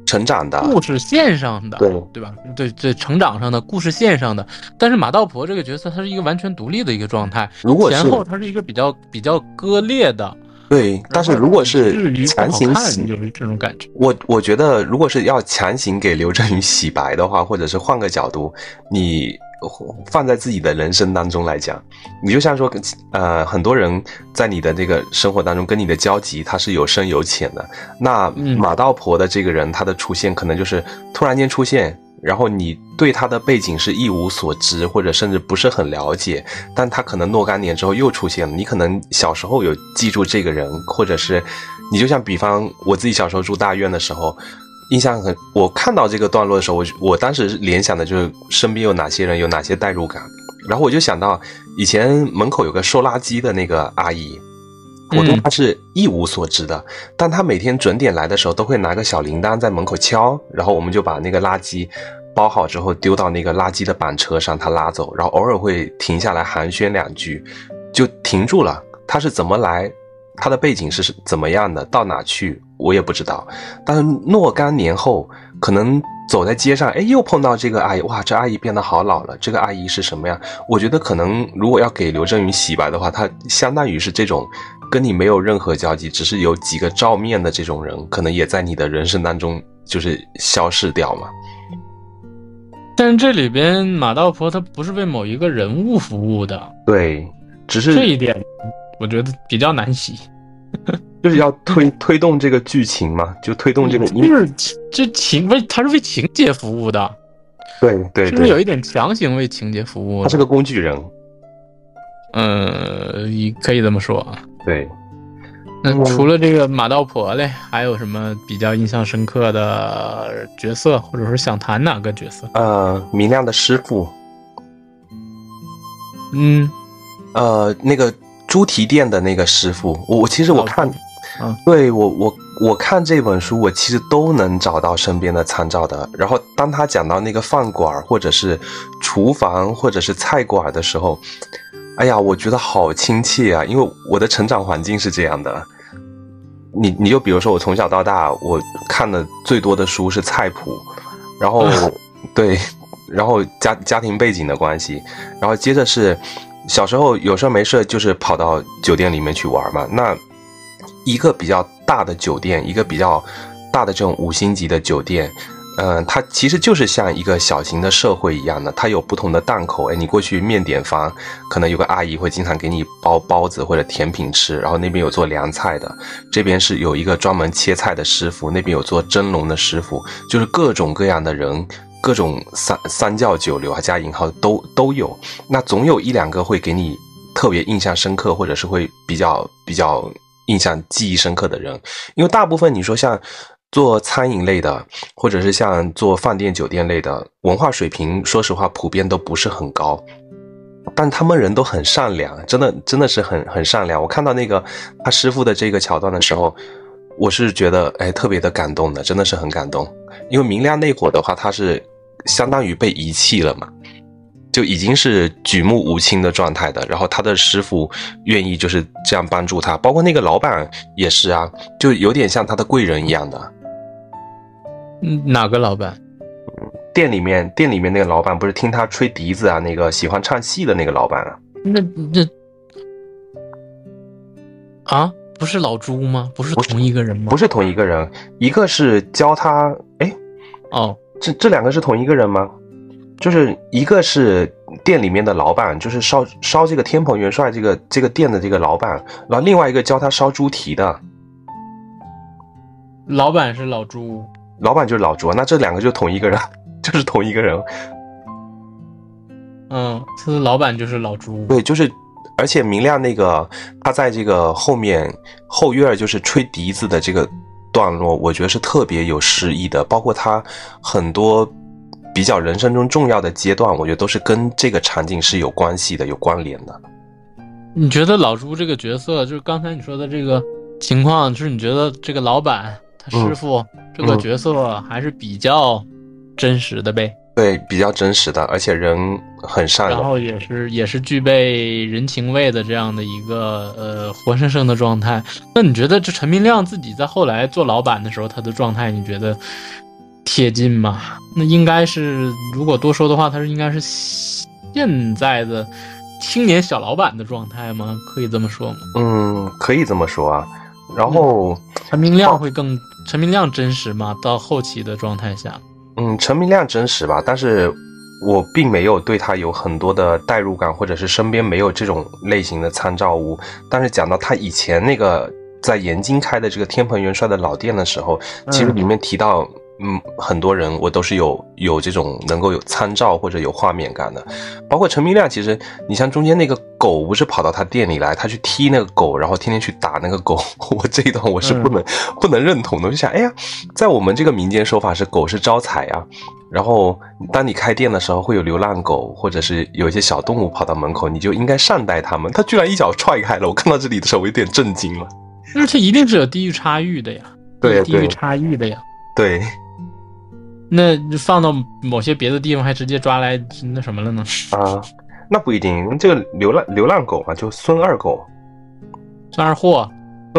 成长的故事线上的， 对吧？对，成长上的故事线上的。但是马道婆这个角色，她是一个完全独立的一个状态， 如果是前后它是一个比较割裂的。 对，但是如果是强行洗， 就是这种感觉。 我觉得，如果是要强行给刘震云洗白的话，或者是换个角度，你放在自己的人生当中来讲，你就像说，很多人在你的这个生活当中跟你的交集，他是有深有浅的。那马道婆的这个人，他的出现可能就是突然间出现。然后你对他的背景是一无所知，或者甚至不是很了解，但他可能若干年之后又出现了，你可能小时候有记住这个人，或者是你就像比方我自己小时候住大院的时候，印象很，我看到这个段落的时候，我当时联想的就是身边有哪些人，有哪些代入感，然后我就想到以前门口有个收垃圾的那个阿姨，我对她是一无所知的，但她每天准点来的时候都会拿个小铃铛在门口敲，然后我们就把那个垃圾包好之后丢到那个垃圾的板车上，她拉走，然后偶尔会停下来寒暄两句，就停住了。她是怎么来，她的背景是怎么样的，到哪去我也不知道。但是若干年后，可能走在街上，哎，又碰到这个阿姨，哇，这阿姨变得好老了，这个阿姨是什么样？我觉得可能如果要给刘震云洗白的话，她相当于是这种跟你没有任何交集，只是有几个照面的这种人，可能也在你的人生当中就是消逝掉嘛。 但是这里边马道婆她不是为某一个人物服务的， 对，只是这一点我觉得比较难洗。 就是要推动这个剧情嘛，就推动这个， 就是这他是为情节服务的， 对， 是不是有一点强行为情节服务？ 他是个工具人， 可以这么说。 对， 那除了这个马道婆嘞，还有什么比较印象深刻的角色，或者说想谈哪个角色？ 明亮的师傅，那个猪蹄店的那个师傅，我其实我看，对我看这本书，我其实都能找到身边的参照的。然后当他讲到那个饭馆或者是厨房或者是菜馆的时候，哎呀，我觉得好亲切啊，因为我的成长环境是这样的。你就比如说我从小到大，我看的最多的书是菜谱，然后对，然后家庭背景的关系，然后接着是小时候有事没事就是跑到酒店里面去玩嘛。那一个比较大的酒店，一个比较大的这种5星级的酒店，它其实就是像一个小型的社会一样的，它有不同的档口。你过去面点房，可能有个阿姨会经常给你包包子或者甜品吃，然后那边有做凉菜的，这边是有一个专门切菜的师傅，那边有做蒸笼的师傅，就是各种各样的人，各种三教九流加引号都有。那总有一两个会给你特别印象深刻，或者是会比较印象记忆深刻的人。因为大部分你说像做餐饮类的，或者是像做饭店酒店类的，文化水平说实话普遍都不是很高，但他们人都很善良，真的是很善良。我看到那个他师傅的这个桥段的时候，我是觉得特别的感动的，真的是很感动。因为明亮那会儿的话，他是相当于被遗弃了嘛，就已经是举目无亲的状态的，然后他的师傅愿意就是这样帮助他，包括那个老板也是啊，就有点像他的贵人一样的。 哪个老板？ 店里面那个老板，不是听他吹笛子啊，那个喜欢唱戏的那个老板啊。 啊，不是老朱吗？不是同一个人吗？ 不是同一个人，一个是教他，这两个是同一个人吗？就是一个是店里面的老板，就是烧这个天蓬元帅这个店的这个老板，然后另外一个教他烧猪蹄的。 老板是老朱， 老板就是老朱，那这两个就同一个人，就是同一个人。 是老板就是老朱。 对，就是，而且明亮那个他在这个后院就是吹笛子的这个段落，我觉得是特别有诗意的，包括他很多比较人生中重要的阶段，我觉得都是跟这个场景是有关系的，有关联的。 你觉得老朱这个角色，就是刚才你说的这个情况，就是你觉得这个老板他师傅这个角色还是比较真实的呗？ 对，比较真实的，而且人很善良， 然后也是具备人情味的这样的一个活生生的状态。那你觉得这陈明亮自己在后来做老板的时候，他的状态，你觉得贴近嘛，那应该是如果多说的话，他是应该是现在的青年小老板的状态吗？可以这么说吗？ 可以这么说啊。然后陈明亮陈明亮真实吗？到后期的状态下， 陈明亮真实吧，但是我并没有对他有很多的代入感，或者是身边没有这种类型的参照物。但是讲到他以前那个在延津开的这个天蓬元帅的老店的时候，其实里面提到很多人我都是有这种能够有参照或者有画面感的，包括陈明亮。其实你像中间那个狗不是跑到他店里来，他去踢那个狗，然后天天去打那个狗，我这一段我是不能认同的。我就想，哎呀，在我们这个民间说法是狗是招财啊，然后当你开店的时候会有流浪狗或者是有一些小动物跑到门口，你就应该善待它们。他居然一脚踹开了，我看到这里的时候我有点震惊了。 而且一定是有地域差异的呀， 对， 地域差异的呀， 对。 那放到某些别的地方还直接抓来那什么了呢？ 啊，那不一定。这个流浪狗嘛，就孙二狗， 孙二货，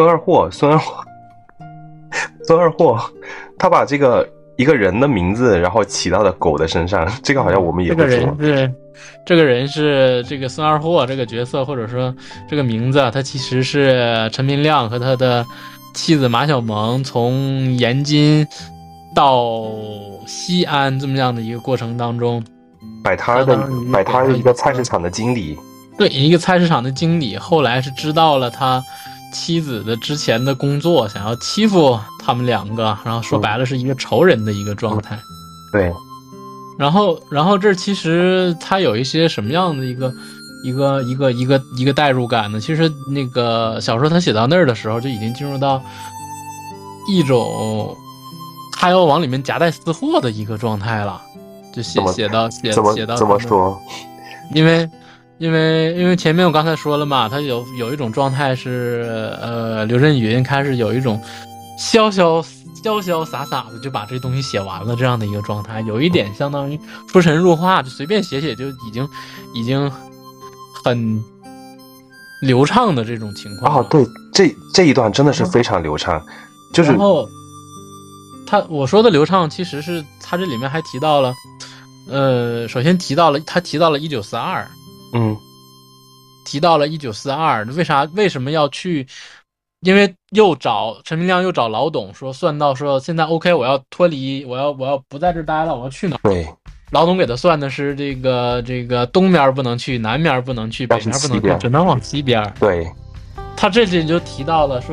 他把这个一个人的名字，然后起到了狗的身上，这个好像我们也不说。 这个人是这个孙二货这个角色，或者说这个名字，他其实是陈明亮和他的妻子马小萌从延津到西安这么样的一个过程当中， 摆摊的一个菜市场的经理， 对，一个菜市场的经理，后来是知道了他妻子的之前的工作，想要欺负他们两个，然后说白了是一个仇人的一个状态。 对， 然后这其实他有一些什么样的一个代入感呢？其实那个小说他写到那儿的时候，就已经进入到一种他要往里面夹带私货的一个状态了，就写到怎么说？ 因为前面我刚才说了嘛，他有一种状态是刘震云开始有一种潇潇洒洒的就把这东西写完了这样的一个状态，有一点相当于出神入化，就随便写就已经很流畅的这种情况。 对，这一段真的是非常流畅，就是然后我说的流畅，其实是他这里面还提到了，首先提到了1942，提到了1942，为什么要去？因为陈明亮又找老董算到现在 OK， 我要脱离，我要不在这待了，我要去哪儿？ 对， 老董给他算的是这个东边不能去，南边不能去，北边不能去，只能往西边。 对， 他这里就提到了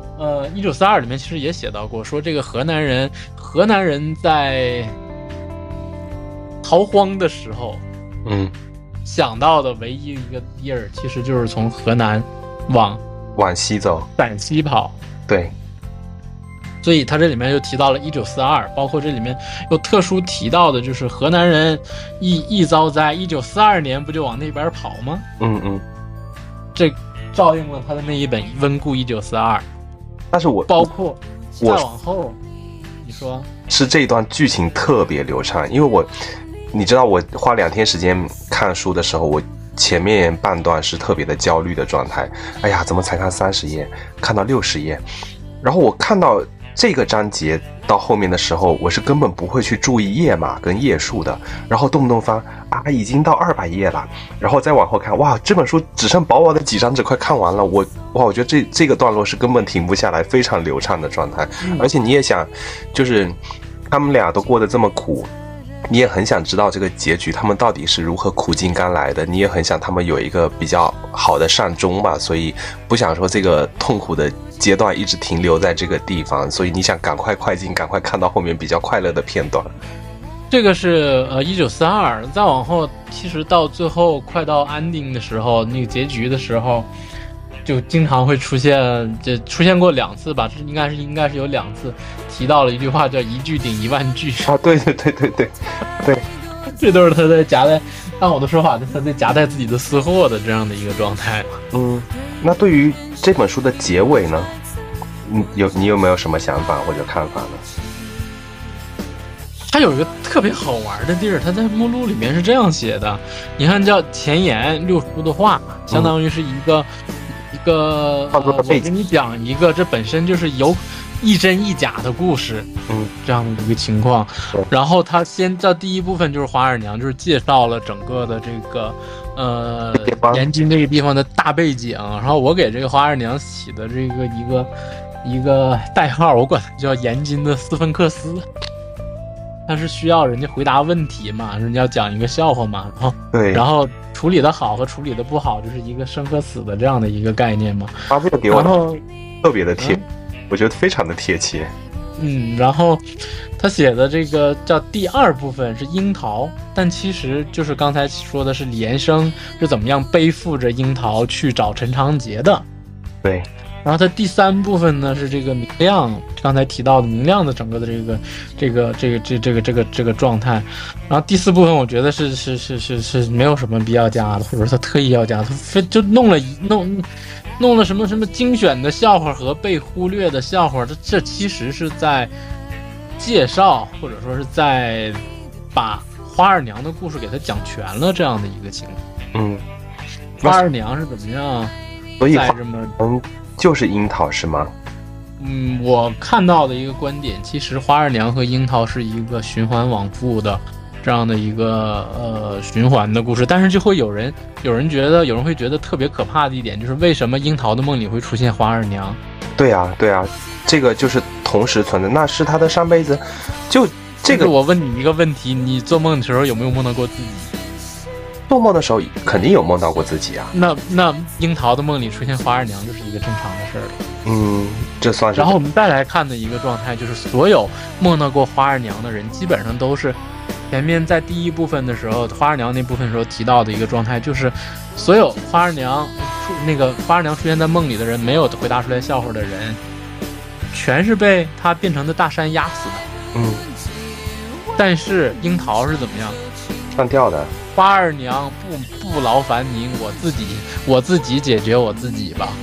1942里面其实也写到过，说这个河南人在逃荒的时候，想到的唯一一个地儿，其实就是从河南往西走， 陕西跑。 对， 所以他这里面又提到了1942，包括这里面又特殊提到的就是河南人一遭灾，1942年不就往那边跑吗？这照应了他的那一本《温故1942》。 但是包括再往后，你说是这一段剧情特别流畅，因为你知道我花2天时间看书的时候，我前面半段是特别的焦虑的状态，哎呀，怎么才看30页，看到60页，然后我看到这个章节到后面的时候，我是根本不会去注意页码跟页数的，然后动不动翻已经到200页了，然后再往后看，哇，这本书只剩薄薄的几张纸快看完了，我觉得这个段落是根本停不下来，非常流畅的状态。而且你也想，就是他们俩都过得这么苦，你也很想知道这个结局他们到底是如何苦尽甘来的，你也很想他们有一个比较好的善终吧，所以不想说这个痛苦的阶段一直停留在这个地方，所以你想赶快快进，赶快看到后面比较快乐的片段。 这个是1942，再往后其实到最后快到 ending 的时候，那个结局的时候，就经常会出现过2次吧，这应该是有2次提到了一句话叫一句顶1万句对， 这都是他在夹带，按我的说法，他在夹带自己的私货的这样的一个状态。 那对于这本书的结尾呢，你有没有什么想法或者看法呢？ 它有一个特别好玩的地儿，它在目录里面是这样写的，你看叫前言6书的话，相当于是一个我跟你讲一个，这本身就是一真一假的故事，这样的一个情况。然后他先在第一部分就是花二娘，就是介绍了整个的这个延津这个地方的大背景。然后我给这个花二娘起的这个一个代号，我管它叫延津的斯芬克斯。他是需要人家回答问题嘛，人家要讲一个笑话嘛，然后处理的好和处理的不好，就是一个生和死的这样的一个概念嘛。 他这个给我特别的贴，我觉得非常的贴切。 然后他写的这个叫第二部分是樱桃，但其实就是刚才说的是李延生是怎么样背负着樱桃去找陈长捷的。 对。 然后它第三部分呢是这个明亮，刚才提到的明亮的整个的这个状态。然后第四部分我觉得是没有什么必要加的，或者说他特意要加，他就弄了什么精选的笑话和被忽略的笑话，这其实是在介绍或者说是在把花二娘的故事给他讲全了这样的一个情况。花二娘是怎么样？ 所以就是樱桃是吗？ 我看到的一个观点，其实花二娘和樱桃是一个循环往复的这样的一个循环的故事，但是就会有人会觉得特别可怕的一点，就是为什么樱桃的梦里会出现花二娘？ 对啊，这个就是同时存在，那是他的上辈子。就这个， 我问你一个问题，你做梦的时候有没有梦到过自己？ 做梦的时候肯定有梦到过自己啊。 那樱桃的梦里出现花二娘就是一个正常的事儿。 这算是。 然后我们再来看的一个状态，就是所有梦到过花二娘的人，基本上都是前面在第一部分的时候，花二娘那部分时候提到的一个状态，就是所有花二娘出现在梦里的人，没有回答出来笑话的人，全是被他变成的大山压死的。但是樱桃是怎么样？ 上吊的。 花二娘不劳烦您，我自己解决我自己吧。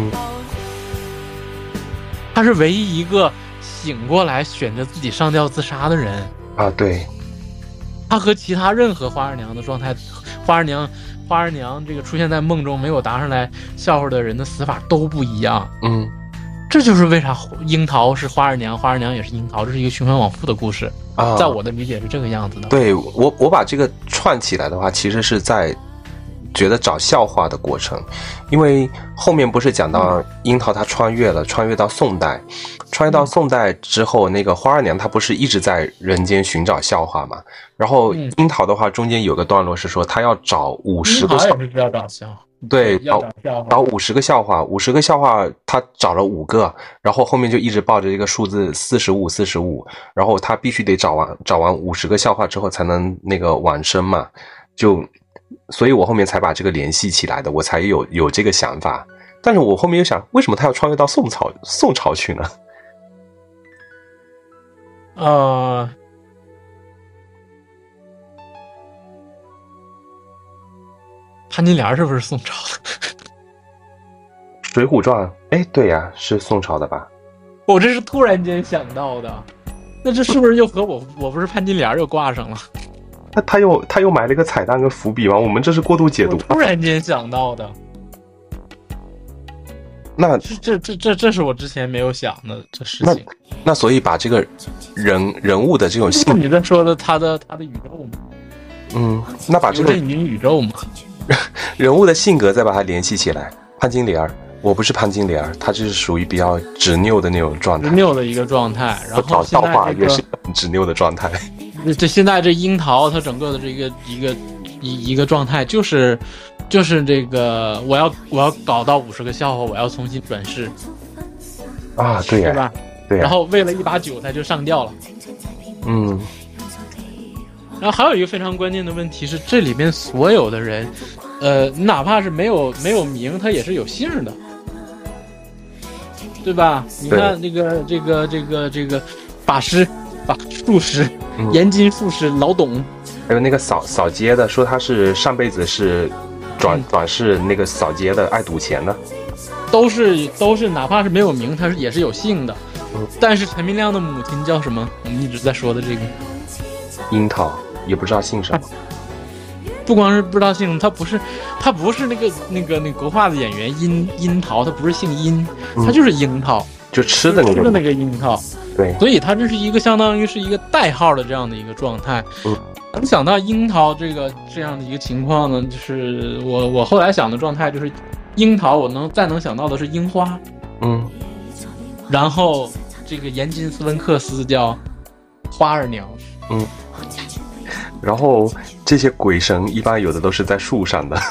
他是唯一一个醒过来选择自己上吊自杀的人啊。对， 他和其他任何花二娘的状态，花二娘这个出现在梦中没有答上来笑话的人的死法都不一样。这就是为啥樱桃是花二娘，花二娘也是樱桃，这是一个循环往复的故事啊。在我的理解是这个样子的。 对，我把这个串起来的话，其实是在觉得找笑话的过程，因为后面不是讲到樱桃她穿越到宋代，之后，那个花二娘她不是一直在人间寻找笑话嘛？然后樱桃的话中间有个段落是说她要找50个笑话， 也是要找笑话。 对，找50个笑话，50个笑话，他找了5个，然后后面就一直抱着这个数字45，然后他必须得找完50个笑话之后才能那个往生嘛，所以我后面才把这个联系起来的，我才有这个想法。但是我后面又想，为什么他要穿越到宋朝去呢？ 潘金莲是不是宋朝的？ 水浒传，对呀，是宋朝的吧？ 我这是突然间想到的，那这是不是又和我不是潘金莲又挂上了？ 那他又埋了一个彩蛋跟伏笔吗？我们这是过度解读。 突然间想到的。 那这是我之前没有想的这事情。 那所以把这个人物的这种性， 你在说的他的宇宙吗？ 那把这个宇宙嘛。 人物的性格再把它联系起来。潘金莲，我不是潘金莲，她就是属于比较执拗的那种状态， 执拗的一个状态。然后找笑话也是很执拗的状态。 现在这樱桃它整个的这个一个状态就是这个我要搞到50个笑话，我要重新转世啊，对呀， 对吧？ 对呀。 然后为了一把酒他就上吊了。然后还有一个非常关键的问题是，这里面所有的人，哪怕是没有名，他也是有姓的，对吧？你看这个法师、术士、盐津术士老董， 还有那个扫街的，说他是上辈子是转世那个扫街的，爱赌钱的， 都是哪怕是没有名，他也是有姓的。但是陈明亮的母亲叫什么？我们一直在说的这个樱桃。也不知道姓什么， 不光是不知道姓，他不是那个国画的演员樱桃，他不是姓殷，他就是樱桃， 就吃的那个樱桃。 对， 所以它这是一个相当于是一个代号的这样的一个状态。能想到樱桃这样的一个情况呢，就是我后来想的状态就是樱桃，我再能想到的是樱花。然后这个严金斯温克斯叫花儿娘。 然后这些鬼神一般有的都是在树上的。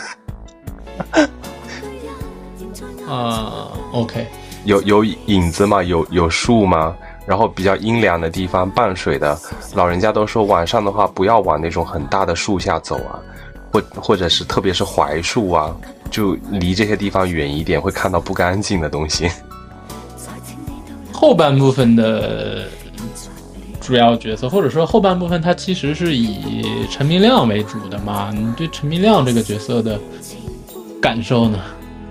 OK， 有影子嘛，有树嘛，然后比较阴凉的地方，傍水的，老人家都说晚上的话不要往那种很大的树下走啊，或者是特别是槐树啊，就离这些地方远一点，会看到不干净的东西。 后半部分的主要角色，或者说后半部分它其实是以陈明亮为主的嘛，你对陈明亮这个角色的感受呢？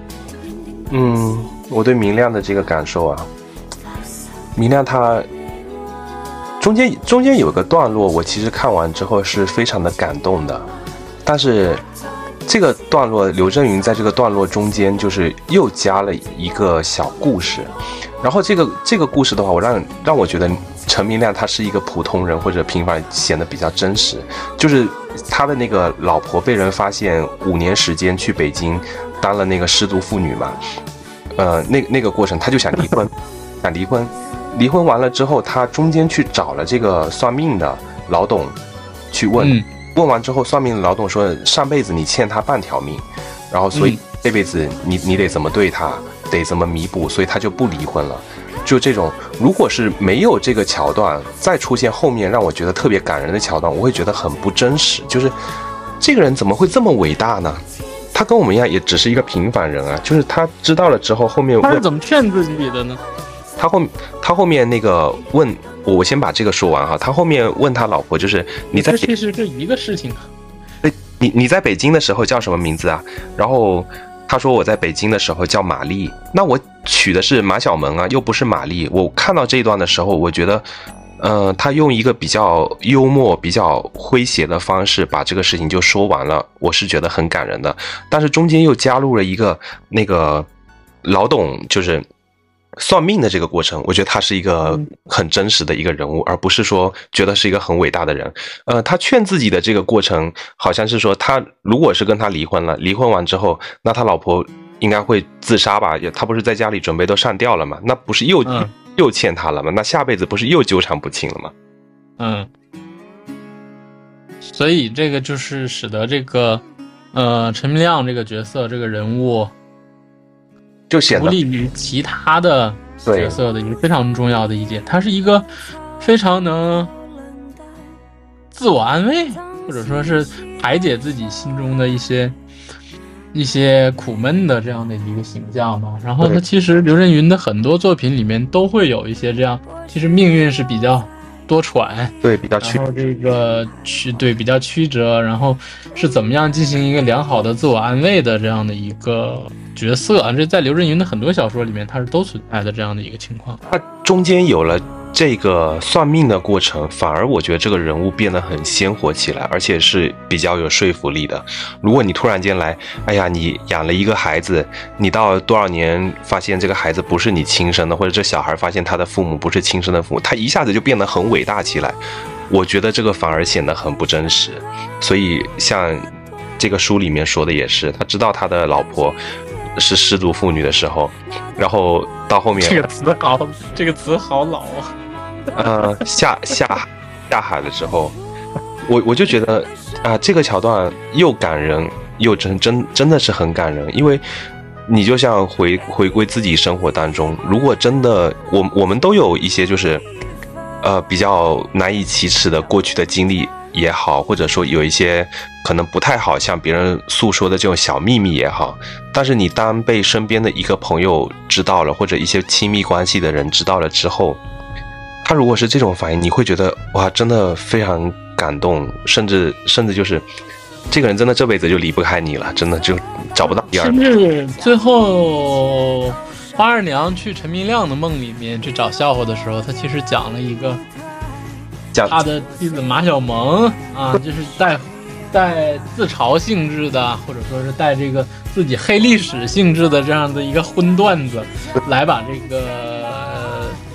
我对明亮的这个感受啊，明亮他中间有个段落，我其实看完之后是非常的感动的，但是这个段落刘震云在这个段落中间就是又加了一个小故事，然后这个故事的话，让我觉得陈明亮他是一个普通人或者平凡人，显得比较真实。就是他的那个老婆被人发现5年时间去北京当了那个失足妇女嘛，那个过程他就想离婚，离婚完了之后，他中间去找了这个算命的老董去问。问完之后，算命的老董说上辈子你欠他半条命，然后所以这辈子你得怎么对他，得怎么弥补，所以他就不离婚了。就这种，如果是没有这个桥段，再出现后面让我觉得特别感人的桥段，我会觉得很不真实。就是这个人怎么会这么伟大呢？他跟我们一样，也只是一个平凡人啊。就是他知道了之后，后面他是怎么劝自己的呢？ 他后面那个问我先把这个说完哈。他后面问他老婆，就是你在其实是一个事情啊。 你在北京的时候叫什么名字啊？然后他说我在北京的时候叫玛丽，那我取的是马小萌啊，又不是玛丽。我看到这一段的时候，我觉得，他用一个比较幽默、比较诙谐的方式把这个事情就说完了，我是觉得很感人的。但是中间又加入了一个那个老董，就是算命的这个过程，我觉得他是一个很真实的一个人物，而不是说觉得是一个很伟大的人。他劝自己的这个过程，好像是说他如果是跟他离婚了，离婚完之后，那他老婆应该会自杀吧？他不是在家里准备都上吊了吗？那不是又欠他了吗？那下辈子不是又纠缠不清了吗？ 所以这个就是使得这个陈明亮这个角色这个人物就显得独立于其他的角色的一个非常重要的一点，他是一个非常能自我安慰，或者说是排解自己心中的一些苦闷的这样的一个形象吧。然后他其实刘震云的很多作品里面都会有一些这样，其实命运是比较多舛， 对，比较曲， 然后这个比较曲折，然后是怎么样进行一个良好的自我安慰的这样的一个角色啊，这在刘震云的很多小说里面它是都存在的这样的一个情况。 他中间有了这个算命的过程，反而我觉得这个人物变得很鲜活起来，而且是比较有说服力的。如果你突然间来，哎呀，你养了一个孩子，你到多少年发现这个孩子不是你亲生的，或者这小孩发现他的父母不是亲生的父母，他一下子就变得很伟大起来，我觉得这个反而显得很不真实。所以像这个书里面说的也是，他知道他的老婆是失足妇女的时候，然后到后面这个词好老啊。 下海的时候，我就觉得这个桥段又感人又真的是很感人，因为你就像回归自己生活当中，如果真的我们都有一些就是比较难以启齿的过去的经历也好，或者说有一些可能不太好向别人诉说的这种小秘密也好，但是你当被身边的一个朋友知道了，或者一些亲密关系的人知道了之后，他如果是这种反应，你会觉得哇，真的非常感动，甚至就是这个人真的这辈子就离不开你了，真的就找不到第二个。 甚至最后花二娘去陈明亮的梦里面去找笑话的时候，他其实讲了一个他的妻子马小萌啊，就是带自嘲性质的，或者说是带这个自己黑历史性质的这样的一个荤段子，来把这个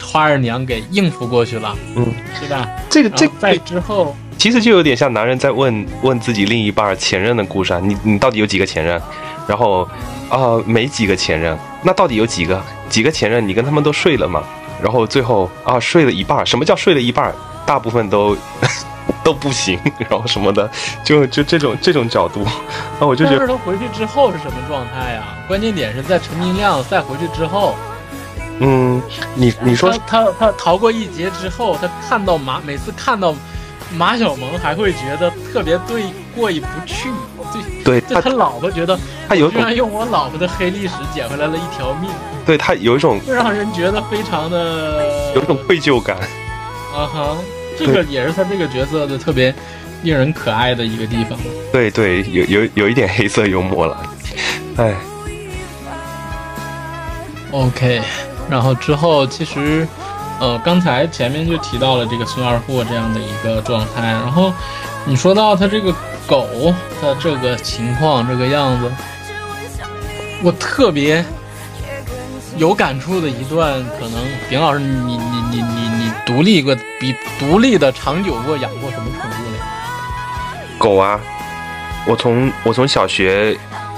花二娘给应付过去了，对吧？ 这在之后， 其实就有点像男人在问自己另一半前任的故事啊，你到底有几个前任？然后没几个前任，那到底有几个前任？你跟他们都睡了吗？然后最后睡了一半，什么叫睡了一半？大部分都不行，然后什么的，就这种角度，我就觉得。 但是他回去之后是什么状态呀？关键点是在陈明亮再回去之后。 你说他逃过一劫之后，他每次看到马小萌还会觉得特别过意不去。 对， 他老婆觉得他居然用我老婆的黑历史捡回来了一条命。 对，他有一种会让人觉得非常的有一种愧疚感。 这个也是他这个角色的特别令人可爱的一个地方。 对，有一点黑色幽默了。 OK， 然后之后其实刚才前面就提到了这个孙二货这样的一个状态，然后你说到他这个狗他这个情况这个样子，我特别有感触的一段，可能丙老师你独立的长久过养过什么宠物呢？ 狗啊，我从小学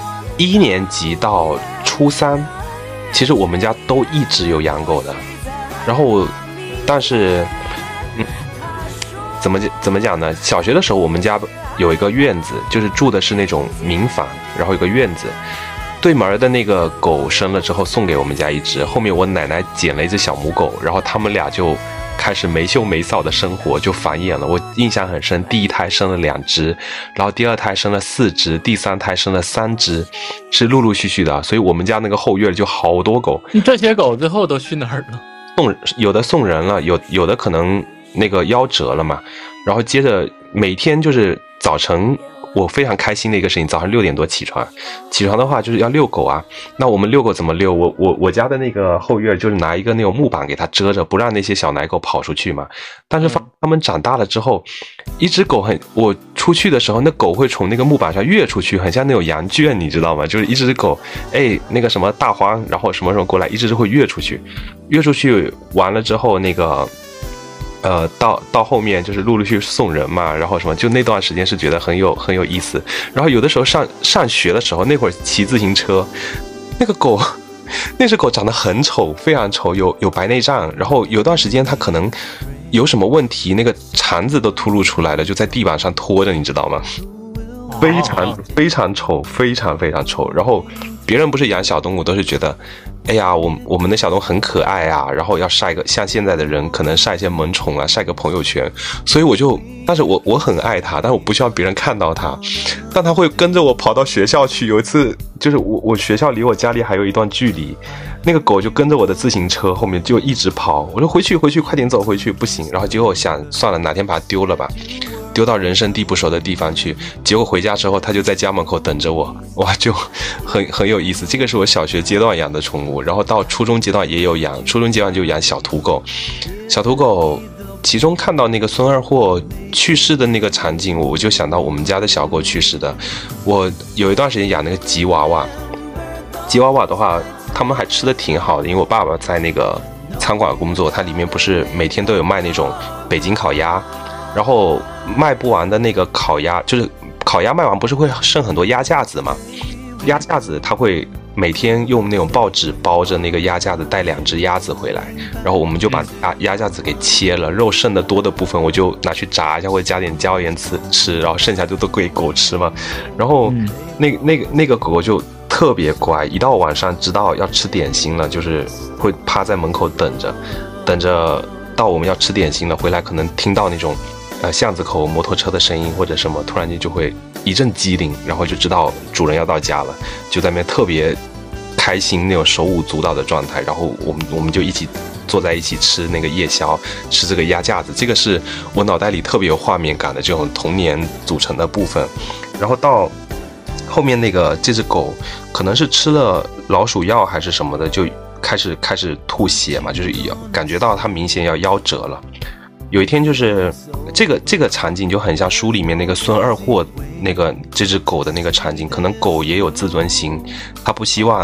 1年级到初3，其实我们家都一直有养狗的。然后但是怎么讲呢？小学的时候我们家有一个院子，就是住的是那种民房，然后有个院子，对门的那个狗生了之后送给我们家一只，后面我奶奶捡了一只小母狗，然后他们俩就开始没羞没臊的生活，就繁衍了。我印象很深，第一胎生了2只，然后第二胎生了4只，第3胎生了3只，是陆陆续续的。所以我们家那个后院就好多狗。 这些狗最后都去哪儿了？ 有的送人了，有的可能那个夭折了嘛。然后接着每天就是早晨，我非常开心的一个事情，早上6点多起床的话就是要遛狗啊。那我们遛狗怎么遛？我家的那个后院就是拿一个那种木板给它遮着，不让那些小奶狗跑出去嘛。但是它们长大了之后，一只狗我出去的时候，那狗会从那个木板上跃出去，很像那种羊圈，你知道吗？就是一只狗，那个什么大黄，然后什么过来，一只会跃出去完了之后，那个到后面就是陆续送人嘛，然后什么，就那段时间是觉得很有意思。然后有的时候上学的时候，那会儿骑自行车，那只狗长得很丑，非常丑，有白内障。然后有段时间它可能有什么问题，那个肠子都突露出来了，就在地板上拖着，你知道吗？非常丑，非常非常丑。然后别人不是养小动物都是觉得，哎呀，我们的小动物很可爱啊，然后要晒个，像现在的人可能晒一些萌宠啊，晒个朋友圈。所以但是我很爱它，但是我不希望别人看到它，但它会跟着我跑到学校去。有一次就是我学校离我家里还有一段距离，那个狗就跟着我的自行车后面就一直跑，我说回去快点走回去，不行。然后结果我想算了，哪天把它丢了吧，丢到人生地不熟的地方去。结果回家之后它就在家门口等着我，哇，就很有意思。这个是我小学阶段养的宠物，然后到初中阶段也有养，初中阶段就养小土狗。其中看到那个孙二货去世的那个场景，我就想到我们家的小狗去世的。我有一段时间养那个吉娃娃的话，他们还吃的挺好的，因为我爸爸在那个餐馆工作，它里面不是每天都有卖那种北京烤鸭，然后卖不完的那个烤鸭，就是烤鸭卖完不是会剩很多鸭架子吗？鸭架子它会每天用那种报纸包着那个鸭架子，带2只鸭子回来，然后我们就把鸭架子给切了，肉剩的多的部分我就拿去炸一下，或者加点椒盐吃，然后剩下就都给狗吃嘛。然后那个狗就特别乖，一到晚上知道要吃点心了，就是会趴在门口等着到我们要吃点心了，回来可能听到那种巷子口摩托车的声音或者什么，突然间就会一阵机灵，然后就知道主人要到家了，就在那边特别开心，那种手舞足蹈的状态。然后我们就一起坐在一起吃那个夜宵，吃这个鸭架子，这个是我脑袋里特别有画面感的这种童年组成的部分。然后到后面这只狗可能是吃了老鼠药还是什么的，就开始吐血嘛，就是感觉到它明显要夭折了。有一天就是这个场景就很像书里面那个孙二货这只狗的那个场景，可能狗也有自尊心，它不希望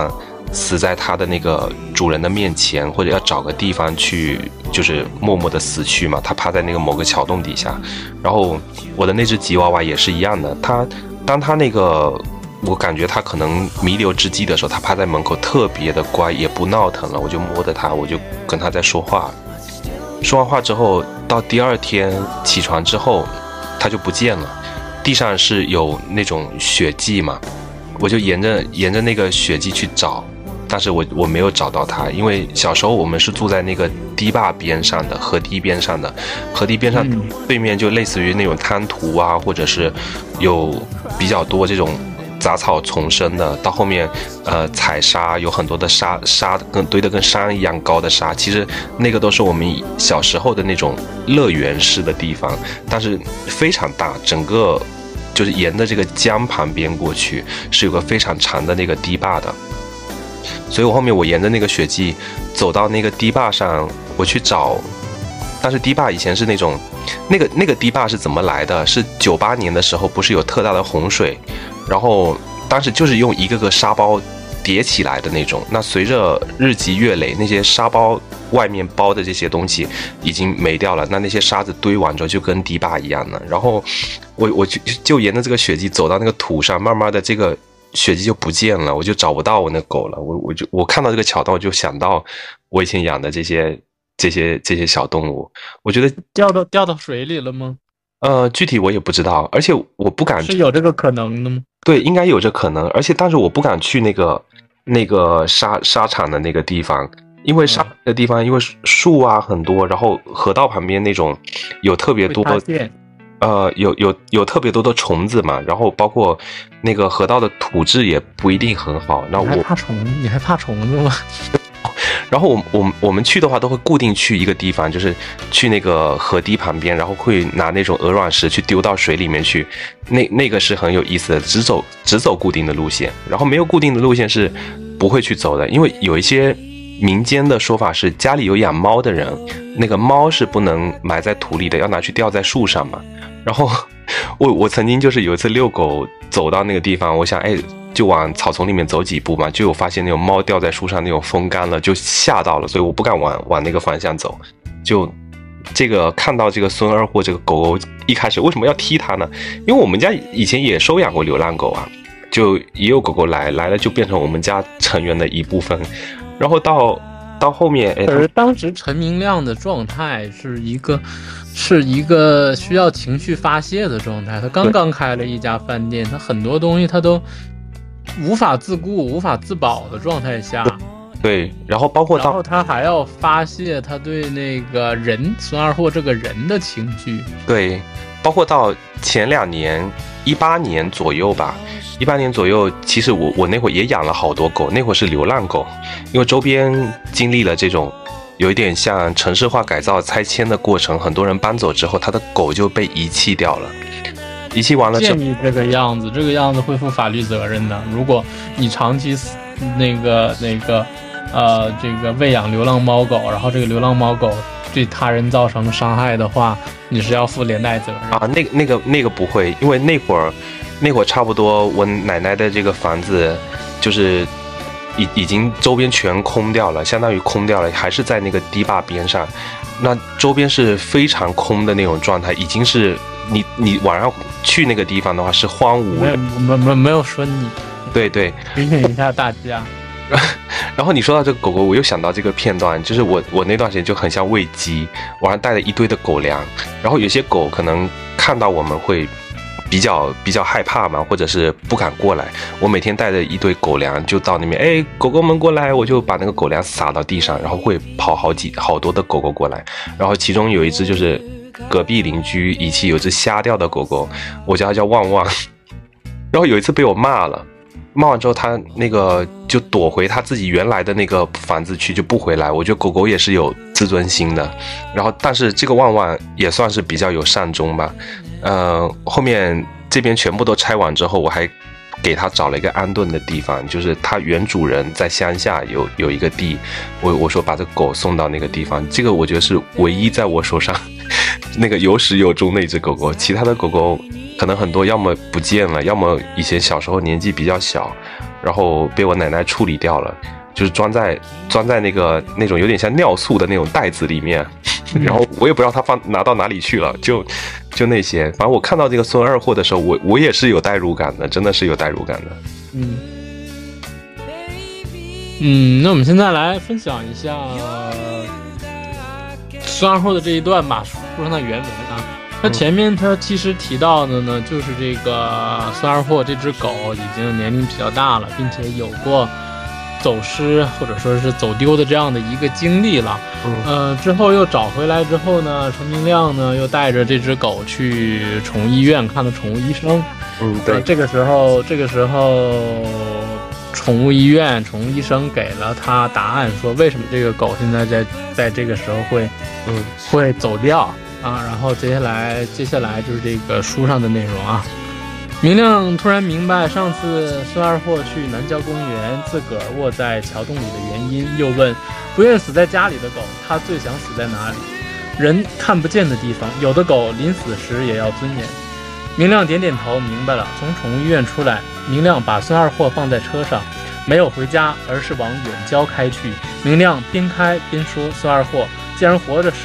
死在它的那个主人的面前，或者要找个地方去，就是默默的死去嘛。它趴在那个某个桥洞底下，然后我的那只吉娃娃也是一样的，当它那个我感觉它可能弥留之际的时候，它趴在门口特别的乖，也不闹腾了，我就摸着它，我就跟它在说话。说完话之后，到第二天起床之后，它就不见了。地上是有那种血迹嘛，我就沿着那个血迹去找，但是我没有找到它，因为小时候我们是住在那个堤坝边上的，河堤边上的，河堤边上对面就类似于那种滩涂啊，或者是有比较多这种杂草丛生的，到后面采沙有很多的沙堆得跟山一样高的沙，其实那个都是我们小时候的那种乐园式的地方，但是非常大，整个就是沿着这个江旁边过去是有个非常长的那个堤坝的，所以我后面我沿着那个血迹走到那个堤坝上，我去找，但是堤坝以前是那种那个堤坝是怎么来的？是98年的时候不是有特大的洪水，然后当时就是用一个个沙包叠起来的那种，那随着日积月累，那些沙包外面包的这些东西已经没掉了，那些沙子堆完之后就跟堤坝一样的，然后我就沿着这个血迹走到那个土上，慢慢的这个血迹就不见了，我就找不到我那狗了，我看到这个桥段，我就想到我以前养的这些小动物，我觉得掉到水里了吗？ 具体我也不知道，而且我不敢， 是有这个可能的吗？ 对，应该有这可能，而且但是我不敢去那个沙场的那个地方，因为沙的地方因为树啊很多，然后河道旁边那种有特别多有特别多的虫子嘛，然后包括那个河道的土质也不一定很好。那你还怕虫子吗？ 然后我们去的话都会固定去一个地方，就是去那个河堤旁边，然后会拿那种鹅卵石去丢到水里面去，那个是很有意思的，只走固定的路线，然后没有固定的路线是不会去走的，因为有一些民间的说法是家里有养猫的人，那个猫是不能埋在土里的，要拿去吊在树上嘛。然后我曾经就是有一次遛狗走到那个地方，我想就往草丛里面走几步嘛，就有发现那种猫吊在树上那种风干了，就吓到了，所以我不敢往那个方向走。就这个看到这个孙二货这个狗狗一开始为什么要踢它呢？因为我们家以前也收养过流浪狗啊，就也有狗狗来了就变成我们家成员的一部分。然后到后面， 而当时陈明亮的状态是一个需要情绪发泄的状态，他刚刚开了一家饭店，他很多东西他都无法自顾、无法自保的状态下， 对，然后他还要发泄他对那个人孙二货这个人的情绪， 对，包括到前2年18年左右吧，18年左右，其实我那会儿也养了好多狗，那会儿是流浪狗，因为周边经历了这种有一点像城市化改造拆迁的过程，很多人搬走之后，他的狗就被遗弃掉了。遗弃完了之后， 建议这个样子会负法律责任的。如果你长期这个喂养流浪猫狗，然后这个流浪猫狗对他人造成伤害的话，你是要负连带责任啊。那个不会，因为那会儿差不多我奶奶的这个房子就是已经周边全空掉了，相当于空掉了，还是在那个堤坝边上，那周边是非常空的那种状态，已经是你晚上去那个地方的话是荒芜的， 没有说你， 对， 提醒一下大家。 然后你说到这个狗狗，我又想到这个片段，就是我那段时间就很像喂鸡，晚上带了一堆的狗粮，然后有些狗可能看到我们会比较害怕嘛，或者是不敢过来，我每天带着一堆狗粮就到那边，狗狗们过来，我就把那个狗粮撒到地上，然后会跑好多的狗狗过来，然后其中有一只就是隔壁邻居遗弃有只瞎掉的狗狗，我叫它叫旺旺，然后有一次被我骂了，骂完之后他那个就躲回他自己原来的那个房子去，就不回来。我觉得狗狗也是有自尊心的，然后但是这个旺旺也算是比较有善终吧。后面这边全部都拆完之后，我还给他找了一个安顿的地方，就是他原主人在乡下有一个地，我说把这个狗送到那个地方，这个我觉得是唯一在我手上那个有始有终的一只狗狗，其他的狗狗可能很多要么不见了，要么以前小时候年纪比较小，然后被我奶奶处理掉了。 就是装在那种有点像尿素的那种袋子里面，然后我也不知道他拿到哪里去了，就那些。反正我看到这个孙二货的时候，我也是有代入感的，真的是有代入感的。 那我们现在来分享一下孙二货的这一段吧，书上的原文啊。那前面他其实提到的呢，就是这个孙二货这只狗已经年龄比较大了，并且有过走失或者说是走丢的这样的一个经历了。之后又找回来之后呢，陈明亮呢又带着这只狗去宠物医院看了宠物医生。 对， 这个时候宠物医生给了他答案，说为什么这个狗现在在这个时候会走掉啊。然后接下来就是这个书上的内容啊。明亮突然明白上次孙二货去南郊公园自个儿卧在桥洞里的原因，又问不愿死在家里的狗，他最想死在哪里？人看不见的地方，有的狗临死时也要尊严。明亮点点头，明白了。从宠物医院出来，明亮把孙二货放在车上，没有回家，而是往远郊开去。明亮边开边说：“孙二货，既然活着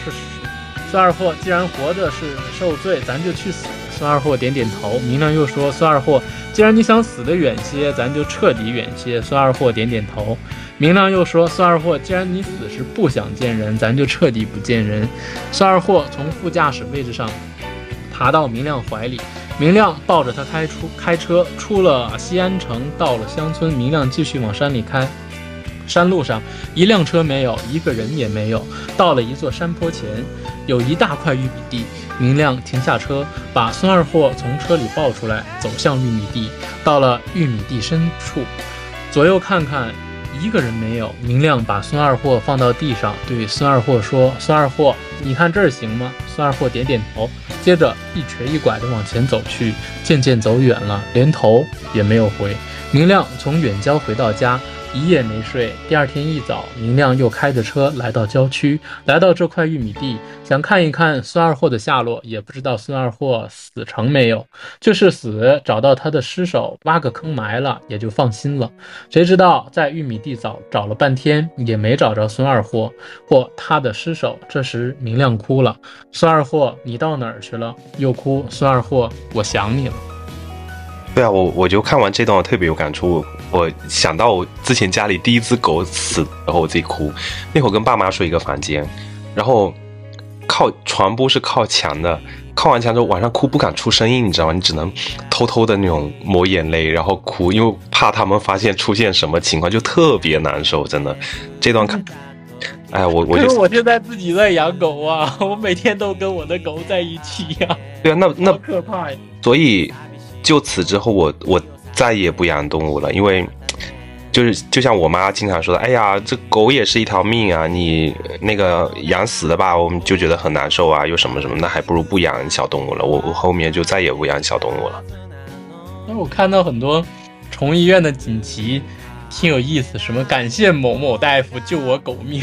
是受罪，咱就去死。”孙二货点点头。明亮又说：“孙二货，既然你想死得远些，咱就彻底远些。”孙二货点点头。明亮又说：“孙二货，既然你死时不想见人，咱就彻底不见人。”孙二货从副驾驶位置上爬到明亮怀里，明亮抱着他开车出了西安城，到了乡村。明亮继续往山里开，山路上一辆车没有，一个人也没有。到了一座山坡前，有一大块玉米地。明亮停下车，把孙二货从车里抱出来，走向玉米地。到了玉米地深处，左右看看，一个人没有。明亮把孙二货放到地上，对孙二货说：“孙二货，你看这儿行吗？”孙二货点点头，接着一瘸一拐地往前走去，渐渐走远了，连头也没有回。明亮从远郊回到家，一夜没睡。第二天一早，明亮又开着车来到郊区，来到这块玉米地，想看一看孙二货的下落，也不知道孙二货死成没有。就是死，找到他的尸首，挖个坑埋了，也就放心了。谁知道在玉米地找了半天，也没找着孙二货或他的尸首。这时明亮哭了：“孙二货，你到哪儿去了？”又哭：“孙二货，我想你了。” 对啊，我就看完这段我特别有感触。我想到我之前家里第一只狗死，然后我自己哭。那会儿跟爸妈睡一个房间，然后床铺是靠墙的，靠完墙之后晚上哭不敢出声音，你知道吗？你只能偷偷的那种抹眼泪，然后哭，因为怕他们发现出现什么情况，就特别难受，真的。这段看，哎，我现在自己在养狗啊，我每天都跟我的狗在一起呀。 对啊，那好可怕呀！ 所以就此之后，我再也不养动物了，因为就像我妈经常说的，哎呀，这狗也是一条命啊，你那个养死的吧，我们就觉得很难受啊，又什么什么，那还不如不养小动物了。我后面就再也不养小动物了。 那我看到很多宠物医院的锦旗，挺有意思，什么感谢某某大夫救我狗命，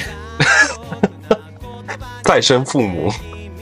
再生父母。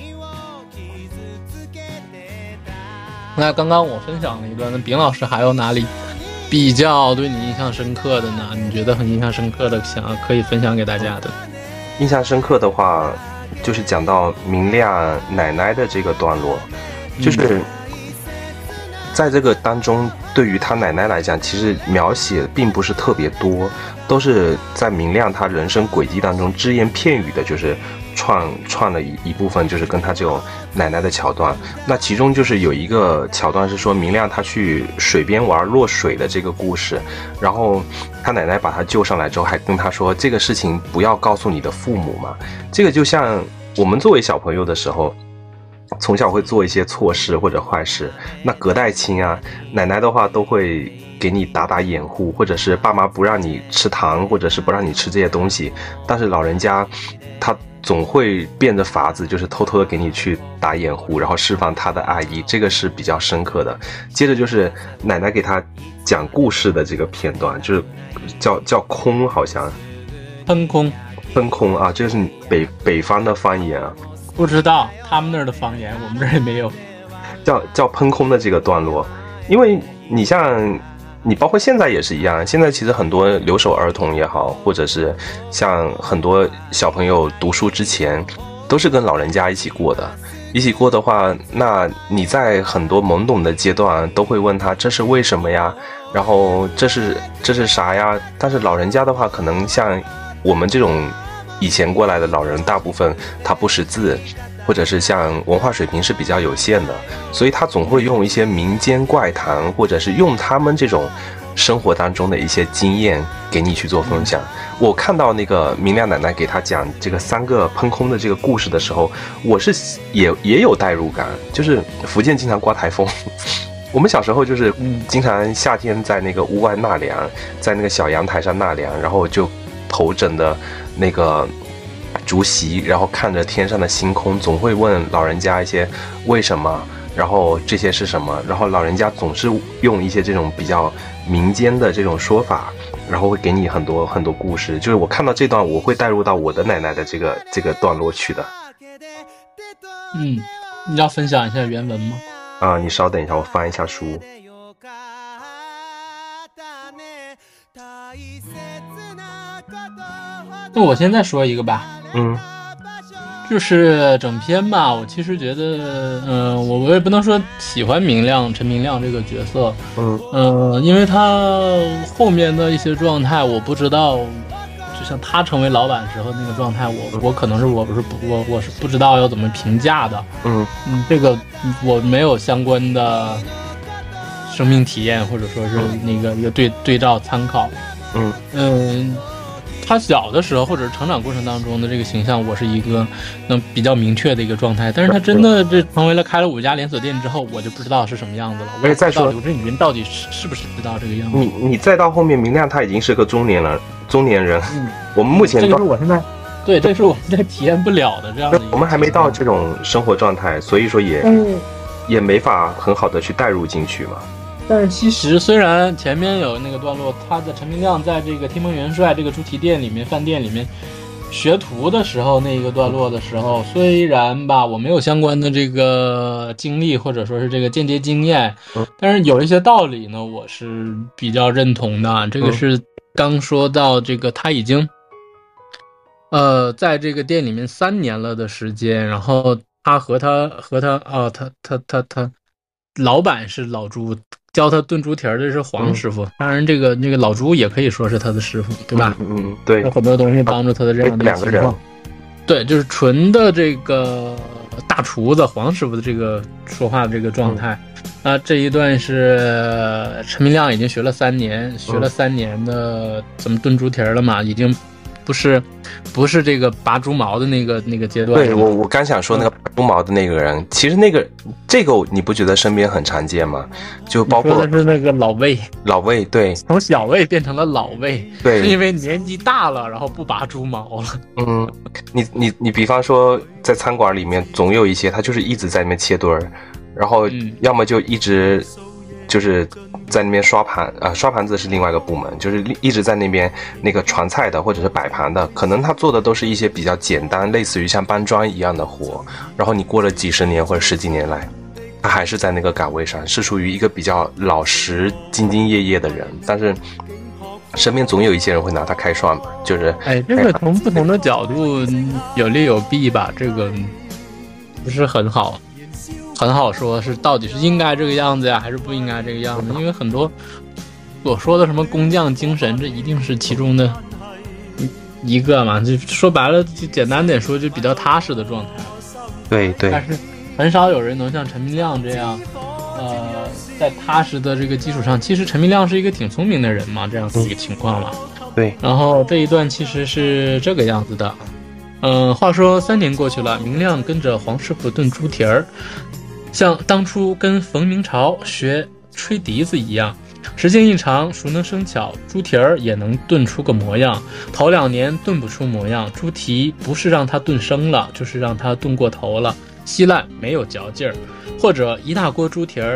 那刚刚我分享了一段，那丙老师还有哪里比较对你印象深刻的呢？你觉得很印象深刻的，可以分享给大家的？ 印象深刻的话，就是讲到明亮奶奶的这个段落，就是在这个当中，对于他奶奶来讲，其实描写并不是特别多，都是在明亮他人生轨迹当中只言片语的，就是串了一部分，就是跟他这种奶奶的桥段。那其中就是有一个桥段是说明亮他去水边玩落水的这个故事，然后他奶奶把他救上来之后，还跟他说这个事情不要告诉你的父母嘛。这个就像我们作为小朋友的时候，从小会做一些错事或者坏事，那隔代亲啊，奶奶的话都会给你打掩护，或者是爸妈不让你吃糖，或者是不让你吃这些东西，但是老人家他总会变着法子，就是偷偷的给你去打掩护，然后释放他的爱意，这个是比较深刻的。接着就是奶奶给他讲故事的这个片段，就是叫空，好像喷空啊，这个是北方的方言啊。 不知道他们那儿的方言，我们这儿也没有。 叫喷空的这个段落，因为你像你包括现在也是一样，现在其实很多留守儿童也好，或者是像很多小朋友读书之前，都是跟老人家一起过的。一起过的话，那你在很多懵懂的阶段都会问他这是为什么呀，然后这是啥呀？但是老人家的话，可能像我们这种以前过来的老人，大部分他不识字，或者是像文化水平是比较有限的，所以他总会用一些民间怪谈，或者是用他们这种生活当中的一些经验给你去做分享。我看到那个明亮奶奶给他讲这个3个喷空的这个故事的时候，我是也有代入感，就是福建经常刮台风。我们小时候就是经常夏天在那个屋外纳凉，在那个小阳台上纳凉，然后就头枕的那个竹席，然后看着天上的星空，总会问老人家一些为什么，然后这些是什么，然后老人家总是用一些这种比较民间的这种说法，然后会给你很多很多故事。就是我看到这段，我会带入到我的奶奶的这个段落去的。 你要分享一下原文吗？ 你稍等一下，我翻一下书。 那我现在说一个吧。就是整篇吧，我其实觉得，我也不能说喜欢陈明亮这个角色，因为他后面的一些状态我不知道，就像他成为老板时候那个状态，我可能是我是不知道要怎么评价的，这个我没有相关的生命体验，或者说是那个一个对照参考，他小的时候或者成长过程当中的这个形象，我是一个能比较明确的一个状态。但是他真的这成为了开了5家连锁店之后，我就不知道是什么样子了。我也再说刘震云到底是不是知道这个样子？ 你再到后面，明亮他已经是个中年人。我们目前这个是我现在对，这是我现在体验不了的这样的。 我们还没到这种生活状态，所以说也没法很好的去带入进去嘛。 但是其实虽然前面有那个段落，他的陈明亮在这个天蓬元帅这个猪蹄店里面饭店里面学徒的时候，那个段落的时候，虽然吧我没有相关的这个经历或者说是这个间接经验，但是有一些道理呢我是比较认同的。这个是刚说到这个他已经在这个店里面3年了的时间，然后他和他老板是老朱，教他炖猪蹄儿的是黄师傅，当然这个老朱也可以说是他的师傅，对吧？ 对， 有很多东西帮助他的这样的 2个人。 对，就是纯的这个大厨子黄师傅的这个说话的这个状态。这一段是陈明亮已经学了3年，的怎么炖猪蹄儿了嘛，已经不是这个拔猪毛的那个阶段。 对，我刚想说那个拔猪毛的那个人，其实这个你不觉得身边很常见吗？就包括说的是那个老魏， 对， 从小魏变成了老魏， 对， 是因为年纪大了，然后不拔猪毛了。 你比方说在餐馆里面，总有一些他就是一直在那边切墩儿，然后要么就一直就是在那边刷盘子是另外一个部门，就是一直在那边那个传菜的或者是摆盘的，可能他做的都是一些比较简单，类似于像搬砖一样的活，然后你过了几十年或者10几年来，他还是在那个岗位上，是属于一个比较老实兢兢业业的人，但是身边总有一些人会拿他开涮嘛，就是这个从不同的角度有利有弊吧，这个不是很好说是到底是应该这个样子呀，还是不应该这个样子？因为很多所说的什么工匠精神，这一定是其中的一个嘛。就说白了，就简单点说，就比较踏实的状态。 对。 但是很少有人能像陈明亮这样，在踏实的这个基础上，其实陈明亮是一个挺聪明的人嘛，这样的一个情况嘛。 对。 然后这一段其实是这个样子的。话说3年过去了，明亮跟着黄师傅炖猪蹄儿。像当初跟冯明朝学吹笛子一样，时间一长，熟能生巧，猪蹄儿也能炖出个模样。头2年炖不出模样，猪蹄不是让它炖生了，就是让它炖过头了，稀烂没有嚼劲儿。或者一大锅猪蹄儿，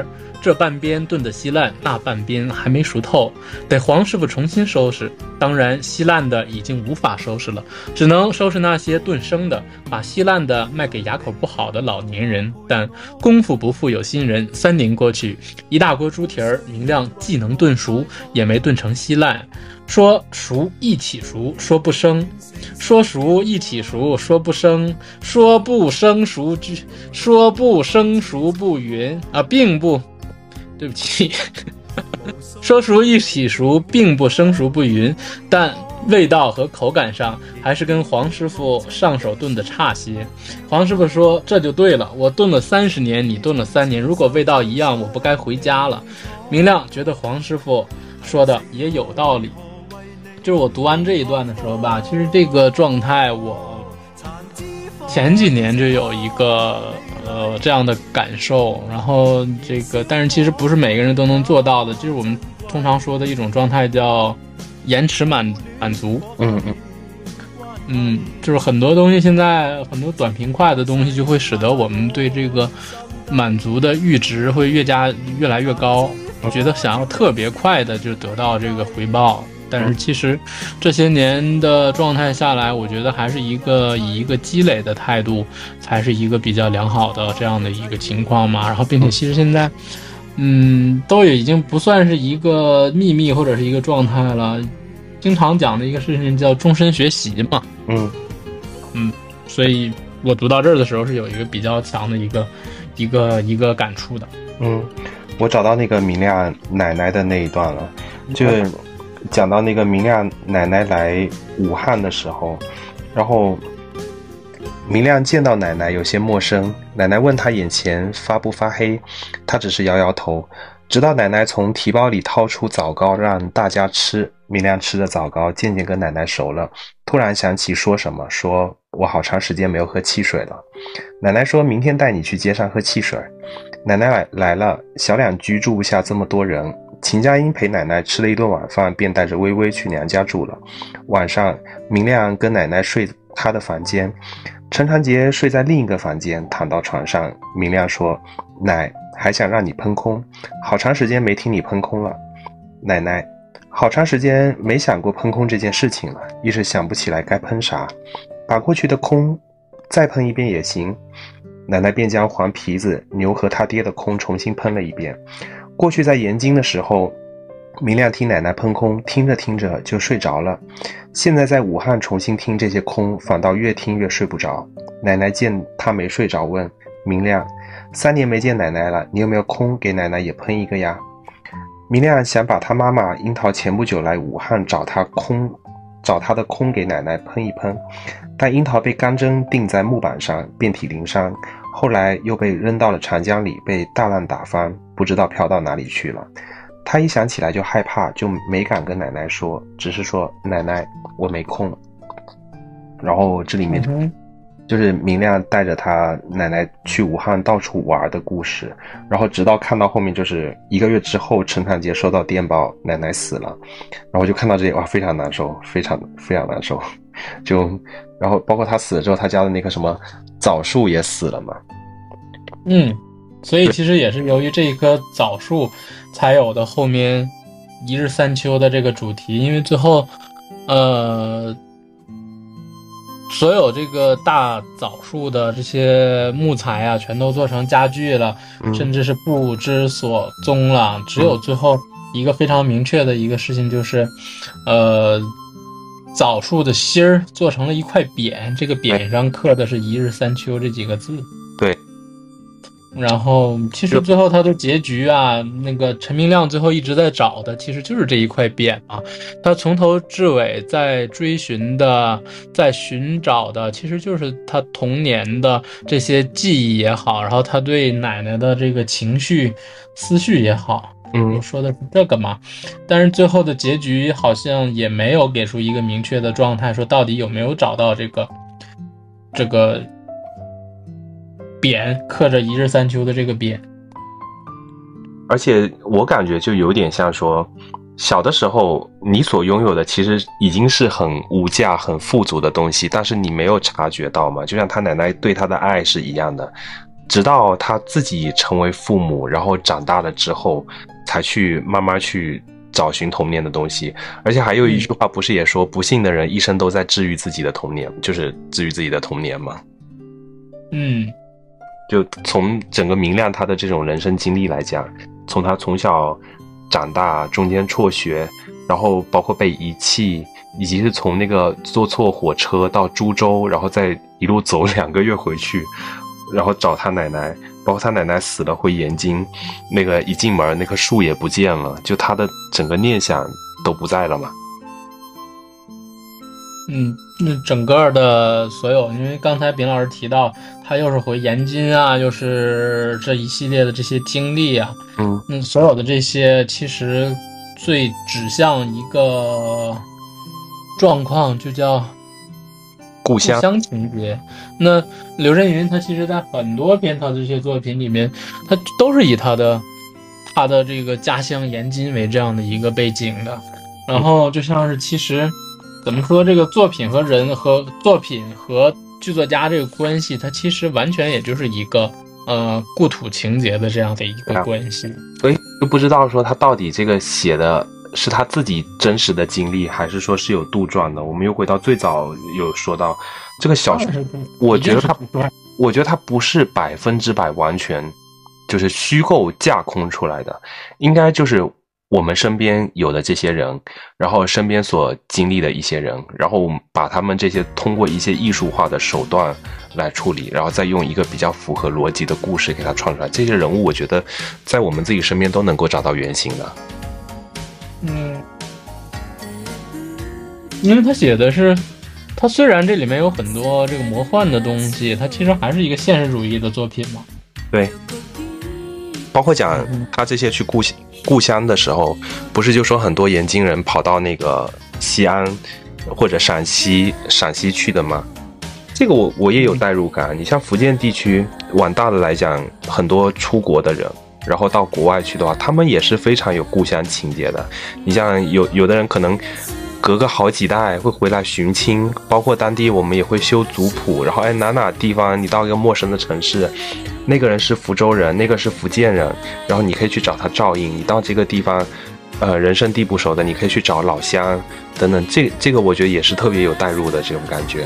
这半边炖得稀烂，那半边还没熟透，得黄师傅重新收拾。当然稀烂的已经无法收拾了，只能收拾那些炖生的，把稀烂的卖给牙口不好的老年人。但功夫不负有心人，3年过去，一大锅猪蹄儿，明亮既能炖熟，也没炖成稀烂。说熟一起熟，说不生；说熟一起熟，说不生；说不生熟，说不生熟不匀啊，并不，对不起，说熟一起熟，并不生熟不匀，但味道和口感上还是跟黄师傅上手炖的差些。黄师傅说：“这就对了，我炖了30年，你炖了3年，如果味道一样，我不该回家了。”明亮觉得黄师傅说的也有道理。就是我读完这一段的时候吧，其实这个状态我前几年就有一个这样的感受，然后这个但是其实不是每个人都能做到的，就是我们通常说的一种状态叫延迟满足。就是很多东西现在很多短平快的东西就会使得我们对这个满足的阈值会越来越高，我觉得想要特别快的就得到这个回报。但是其实这些年的状态下来，我觉得还是以一个积累的态度才是一个比较良好的这样的一个情况嘛。然后并且其实现在都已经不算是一个秘密或者是一个状态了，经常讲的一个事情叫终身学习嘛。所以我读到这儿的时候是有一个比较强的一个感触的。 我找到那个明亮奶奶的那一段了，就是讲到那个明亮奶奶来武汉的时候，然后明亮见到奶奶有些陌生，奶奶问他眼前发不发黑，他只是摇摇头，直到奶奶从提包里掏出枣糕让大家吃。明亮吃的枣糕渐渐跟奶奶熟了，突然想起说什么，说我好长时间没有喝汽水了。奶奶说明天带你去街上喝汽水。奶奶来了，小两居住不下这么多人，秦佳音陪奶奶吃了一顿晚饭，便带着微微去娘家住了。晚上明亮跟奶奶睡她的房间，陈长杰睡在另一个房间，躺到床上。明亮说：奶还想让你喷空，好长时间没听你喷空了。奶奶：好长时间没想过喷空这件事情了，一时想不起来该喷啥，把过去的空再喷一遍也行。奶奶便将黄皮子、牛和他爹的空重新喷了一遍。过去在研经的时候，明亮听奶奶喷空，听着听着就睡着了。现在在武汉重新听这些空，反倒越听越睡不着。奶奶见他没睡着，问明亮：3年没见奶奶了，你有没有空给奶奶也喷一个呀？明亮想把他妈妈樱桃前不久来武汉找他的空给奶奶喷一喷，但樱桃被钢针钉在木板上，遍体鳞伤，后来又被扔到了长江里，被大浪打翻，不知道飘到哪里去了。他一想起来就害怕，就没敢跟奶奶说，只是说奶奶我没空。然后这里面就是明亮带着他奶奶去武汉到处玩的故事，然后直到看到后面就是1个月之后，陈长杰收到电报奶奶死了，然后就看到这里，哇，非常难受，非常难受。然后包括他死了之后，他家的那棵什么枣树也死了嘛。 所以其实也是由于这一棵枣树才有的后面一日三秋的这个主题，因为最后所有这个大枣树的这些木材啊，全都做成家具了，甚至是不知所踪了。只有最后一个非常明确的一个事情，就是枣树的芯儿做成了一块匾，这个匾上刻的是一日三秋这几个字。 对。 然后其实最后他的结局啊，那个陈明亮最后一直在找的其实就是这一块匾啊，他从头至尾在追寻的，在寻找的其实就是他童年的这些记忆也好，然后他对奶奶的这个情绪思绪也好，我说的是这个嘛。但是最后的结局好像也没有给出一个明确的状态，说到底有没有找到这个匾，刻着一日三秋的这个匾。 而且我感觉就有点像说，小的时候你所拥有的其实已经是很无价很富足的东西，但是你没有察觉到嘛，就像他奶奶对他的爱是一样的， 直到他自己成为父母，然后长大了之后，才去慢慢去找寻童年的东西。而且还有一句话不是也说，不幸的人一生都在治愈自己的童年，就是治愈自己的童年吗？就从整个明亮他的这种人生经历来讲，从他从小长大，中间辍学，然后包括被遗弃，以及是从那个坐错火车到株洲，然后再一路走2个月回去，然后找他奶奶，包括他奶奶死了回延津，那个一进门那棵树也不见了，就他的整个念想都不在了嘛。 那整个的所有，因为刚才秉老师提到他又是回延津啊，又是这一系列的这些经历啊，所有的这些其实最指向一个状况，就叫故乡情节。那刘震云他其实在很多篇他的这些作品里面，他都是以他的这个家乡延津为这样的一个背景的。然后就像是其实怎么说，这个作品和人和作品和剧作家这个关系，它其实完全也就是一个故土情节的这样的一个关系。 所以就不知道说他到底这个写的是他自己真实的经历，还是说是有杜撰的。我们又回到最早有说到这个小说，我觉得它不是100%完全就是虚构架空出来的，应该就是我们身边有的这些人，然后身边所经历的一些人，然后把他们这些通过一些艺术化的手段来处理，然后再用一个比较符合逻辑的故事给它创出来。这些人物我觉得在我们自己身边都能够找到原型的。 因为他写的是，他虽然这里面有很多这个魔幻的东西，他其实还是一个现实主义的作品嘛。 对，包括讲他这些去故乡的时候，不是就说很多延津人跑到那个西安或者陕西去的吗？这个我也有代入感。你像福建地区，往大的来讲，很多出国的人，然后到国外去的话，他们也是非常有故乡情节的。你像有的人可能隔个好几代会回来寻亲，包括当地我们也会修族谱，然后哪地方你到一个陌生的城市，那个人是福州人，那个是福建人，然后你可以去找他照应。你到这个地方人生地不熟的，你可以去找老乡等等，这个我觉得也是特别有代入的这种感觉。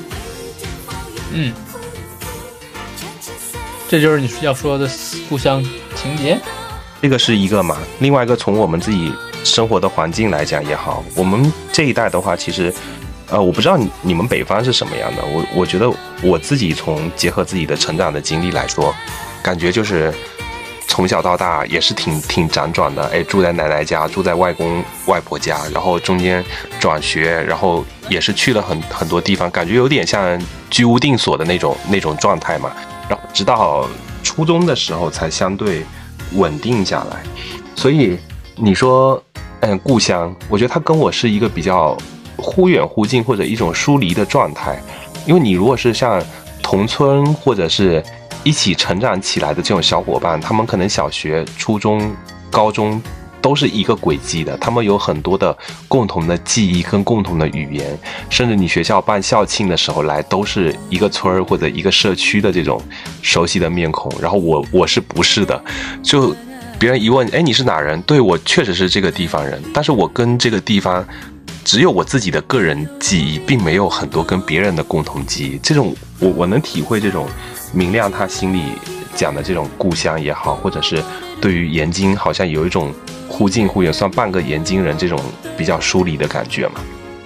这就是你要说的故乡情节。 这个是一个嘛，另外一个从我们自己生活的环境来讲也好，我们这一代的话，其实我不知道你们北方是什么样的，我觉得我自己从结合自己的成长的经历来说，感觉就是从小到大也是挺辗转的，住在奶奶家，住在外公外婆家，然后中间转学，然后也是去了很多地方，感觉有点像居无定所的那种状态嘛，然后直到初中的时候才相对稳定下来。所以你说故乡，我觉得它跟我是一个比较忽远忽近或者一种疏离的状态。因为你如果是像同村或者是一起成长起来的这种小伙伴，他们可能小学、初中、高中都是一个轨迹的，他们有很多的共同的记忆跟共同的语言，甚至你学校办校庆的时候来都是一个村或者一个社区的这种熟悉的面孔。然后我是不是的，就别人一问你是哪人，对，我确实是这个地方人，但是我跟这个地方只有我自己的个人记忆，并没有很多跟别人的共同记忆。这种我能体会这种明亮他心里讲的这种故乡也好，或者是对于延津好像有一种忽近忽远，算半个延津人这种比较疏离的感觉嘛。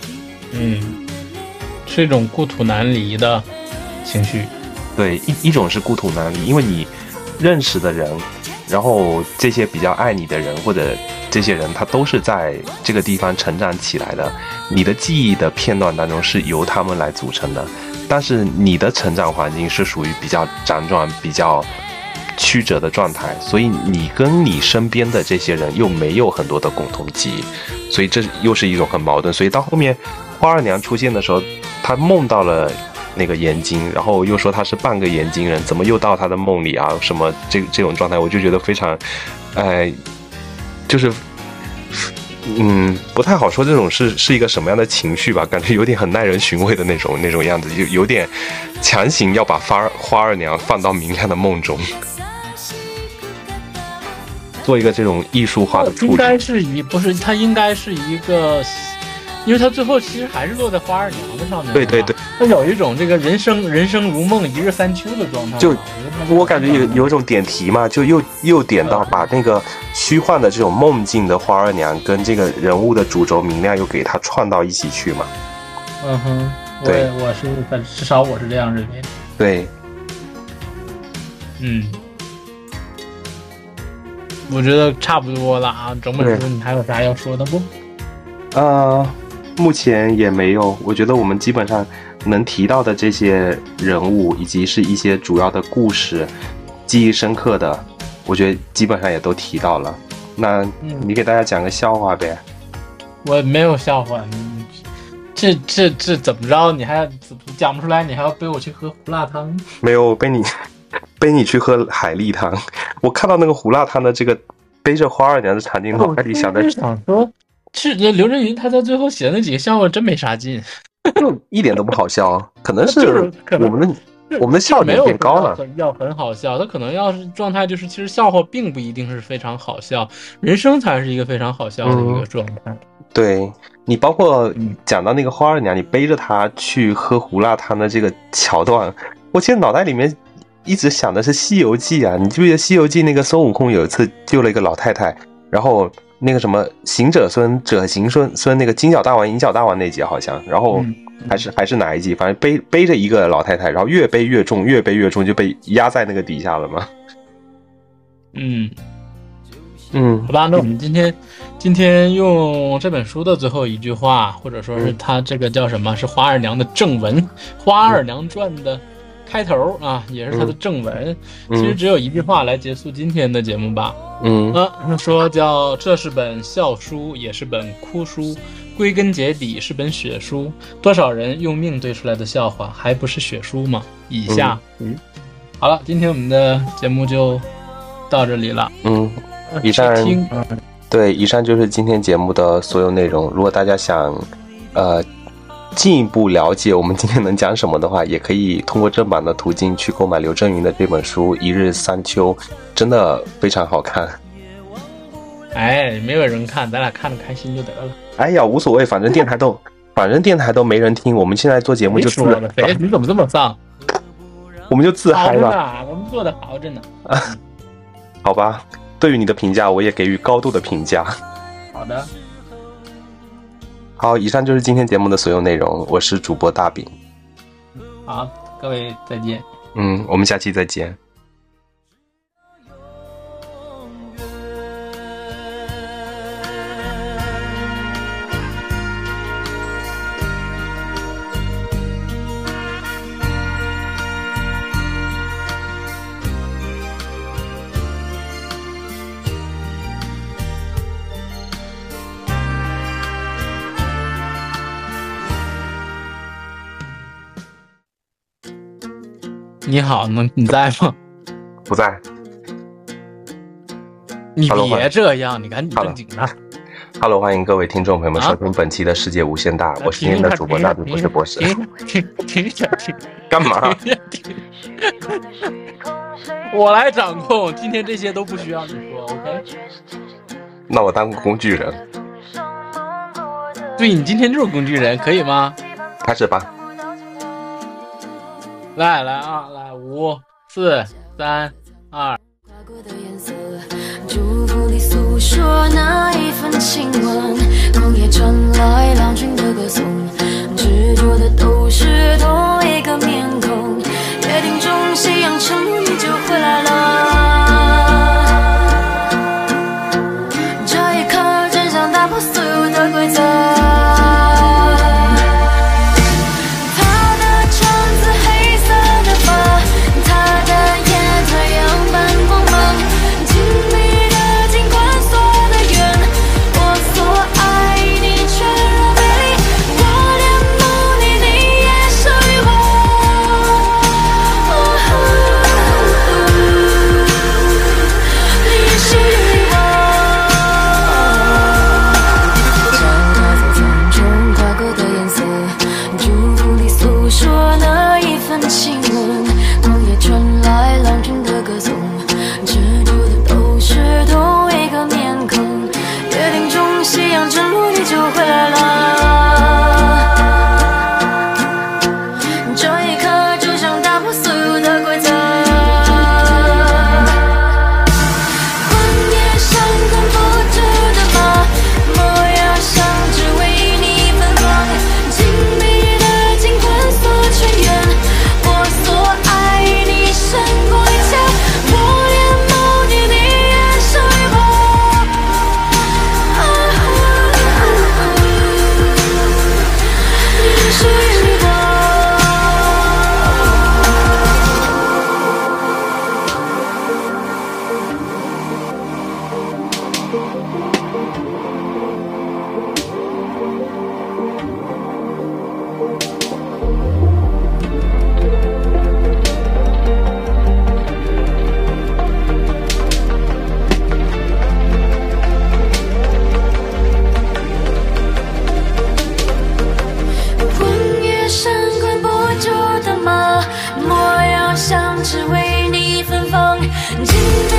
是一种故土难离的情绪。 对，一种是故土难离，因为你认识的人，然后这些比较爱你的人，或者这些人他都是在这个地方成长起来的，你的记忆的片段当中是由他们来组成的，但是你的成长环境是属于比较辗转、比较曲折的状态，所以你跟你身边的这些人又没有很多的共同记忆，所以这又是一种很矛盾。所以到后面花二娘出现的时候，她梦到了那个延津，然后又说他是半个延津人，怎么又到他的梦里啊？什么这种状态，我就觉得非常，就是不太好说这种是一个什么样的情绪吧，感觉有点很耐人寻味的那种样子，有点强行要把花二娘放到明亮的梦中，做一个这种艺术化的处理。 应该是它应该是一个，因为它最后其实还是落在花二娘的上面。 对， 它有一种这个人生如梦一日三秋的状态。 就我感觉有一种点题嘛，就又点到把那个虚幻的这种梦境的花二娘跟这个人物的主轴明亮又给它串到一起去嘛。 对，至少我是这样认为的。 对， 我觉得差不多了啊。整本书你还有啥要说的不？ 目前也没有。我觉得我们基本上能提到的这些人物，以及是一些主要的故事，记忆深刻的，我觉得基本上也都提到了。那你给大家讲个笑话呗？ 我没有笑话，这怎么着？你还讲不出来？你还要背我去喝胡辣汤？ 没有，背你去喝海蛎汤。我看到那个胡辣汤的这个背着花二娘的场景，脑海里想的想说，是刘震云他在最后写的那几个笑话真没啥劲， 就一点都不好笑。可能是我们的笑点变高了， 要很好笑。他可能要是状态就是，其实笑话并不一定是非常好笑，人生才是一个非常好笑的一个状态。 对，你包括讲到那个花二娘，你背着她去喝胡辣汤的这个桥段，我其实脑袋里面一直想的是《西游记》啊。你记不记得《西游记》那个孙悟空有一次救了一个老太太，然后那个什么行者孙者行孙那个金角大王银角大王那集好像，然后还是哪一集，反正背着一个老太太，然后越背越重，越背越重，就被压在那个底下了嘛。 好吧，那我们今天用这本书的最后一句话，或者说是它这个叫什么，是花二娘的正文，《花二娘传》的开头啊，也是它的正文。其实只有一句话来结束今天的节目吧。说叫这是本笑书，也是本哭书，归根结底是本血书。多少人用命堆出来的笑话，还不是血书吗？以下，好了，今天我们的节目就到这里了。 以上就是今天节目的所有内容。如果大家想进一步了解我们今天能讲什么的话，也可以通过正版的途径去购买刘震云的这本书《一日三秋》，真的非常好看。 没有人看，咱俩看着开心就得了。 哎呀，无所谓，反正电台都没人听，我们现在做节目就自说了，你怎么这么丧？ 我们就自嗨吧。 我们做的好着呢。 好吧，对于你的评价，我也给予高度的评价。 好的。 好，以上就是今天节目的所有内容。我是主播大饼。 好，各位再见。 我们下期再见。 你好，你在吗？ 不在。 你别这样，你赶紧正经的。 Hello， 欢迎各位听众朋友们收听本期的世界无限大，我是今天的主播大饼，不是博士。 停一下， 干嘛？ 我来掌控，今天这些都不需要你说 ，OK？ 那我当个工具人。 对，你今天就是工具人，可以吗？ 开始吧。 来啊，来5、4、3、2。祝福里诉说那一份亲吻，空夜传来郎君的歌颂，执着的都是同一个面孔，约定中夕阳沉没，你就回来了。这一刻真想打破所有的规则。我所爱你全若美丽。 是为你芬芳。今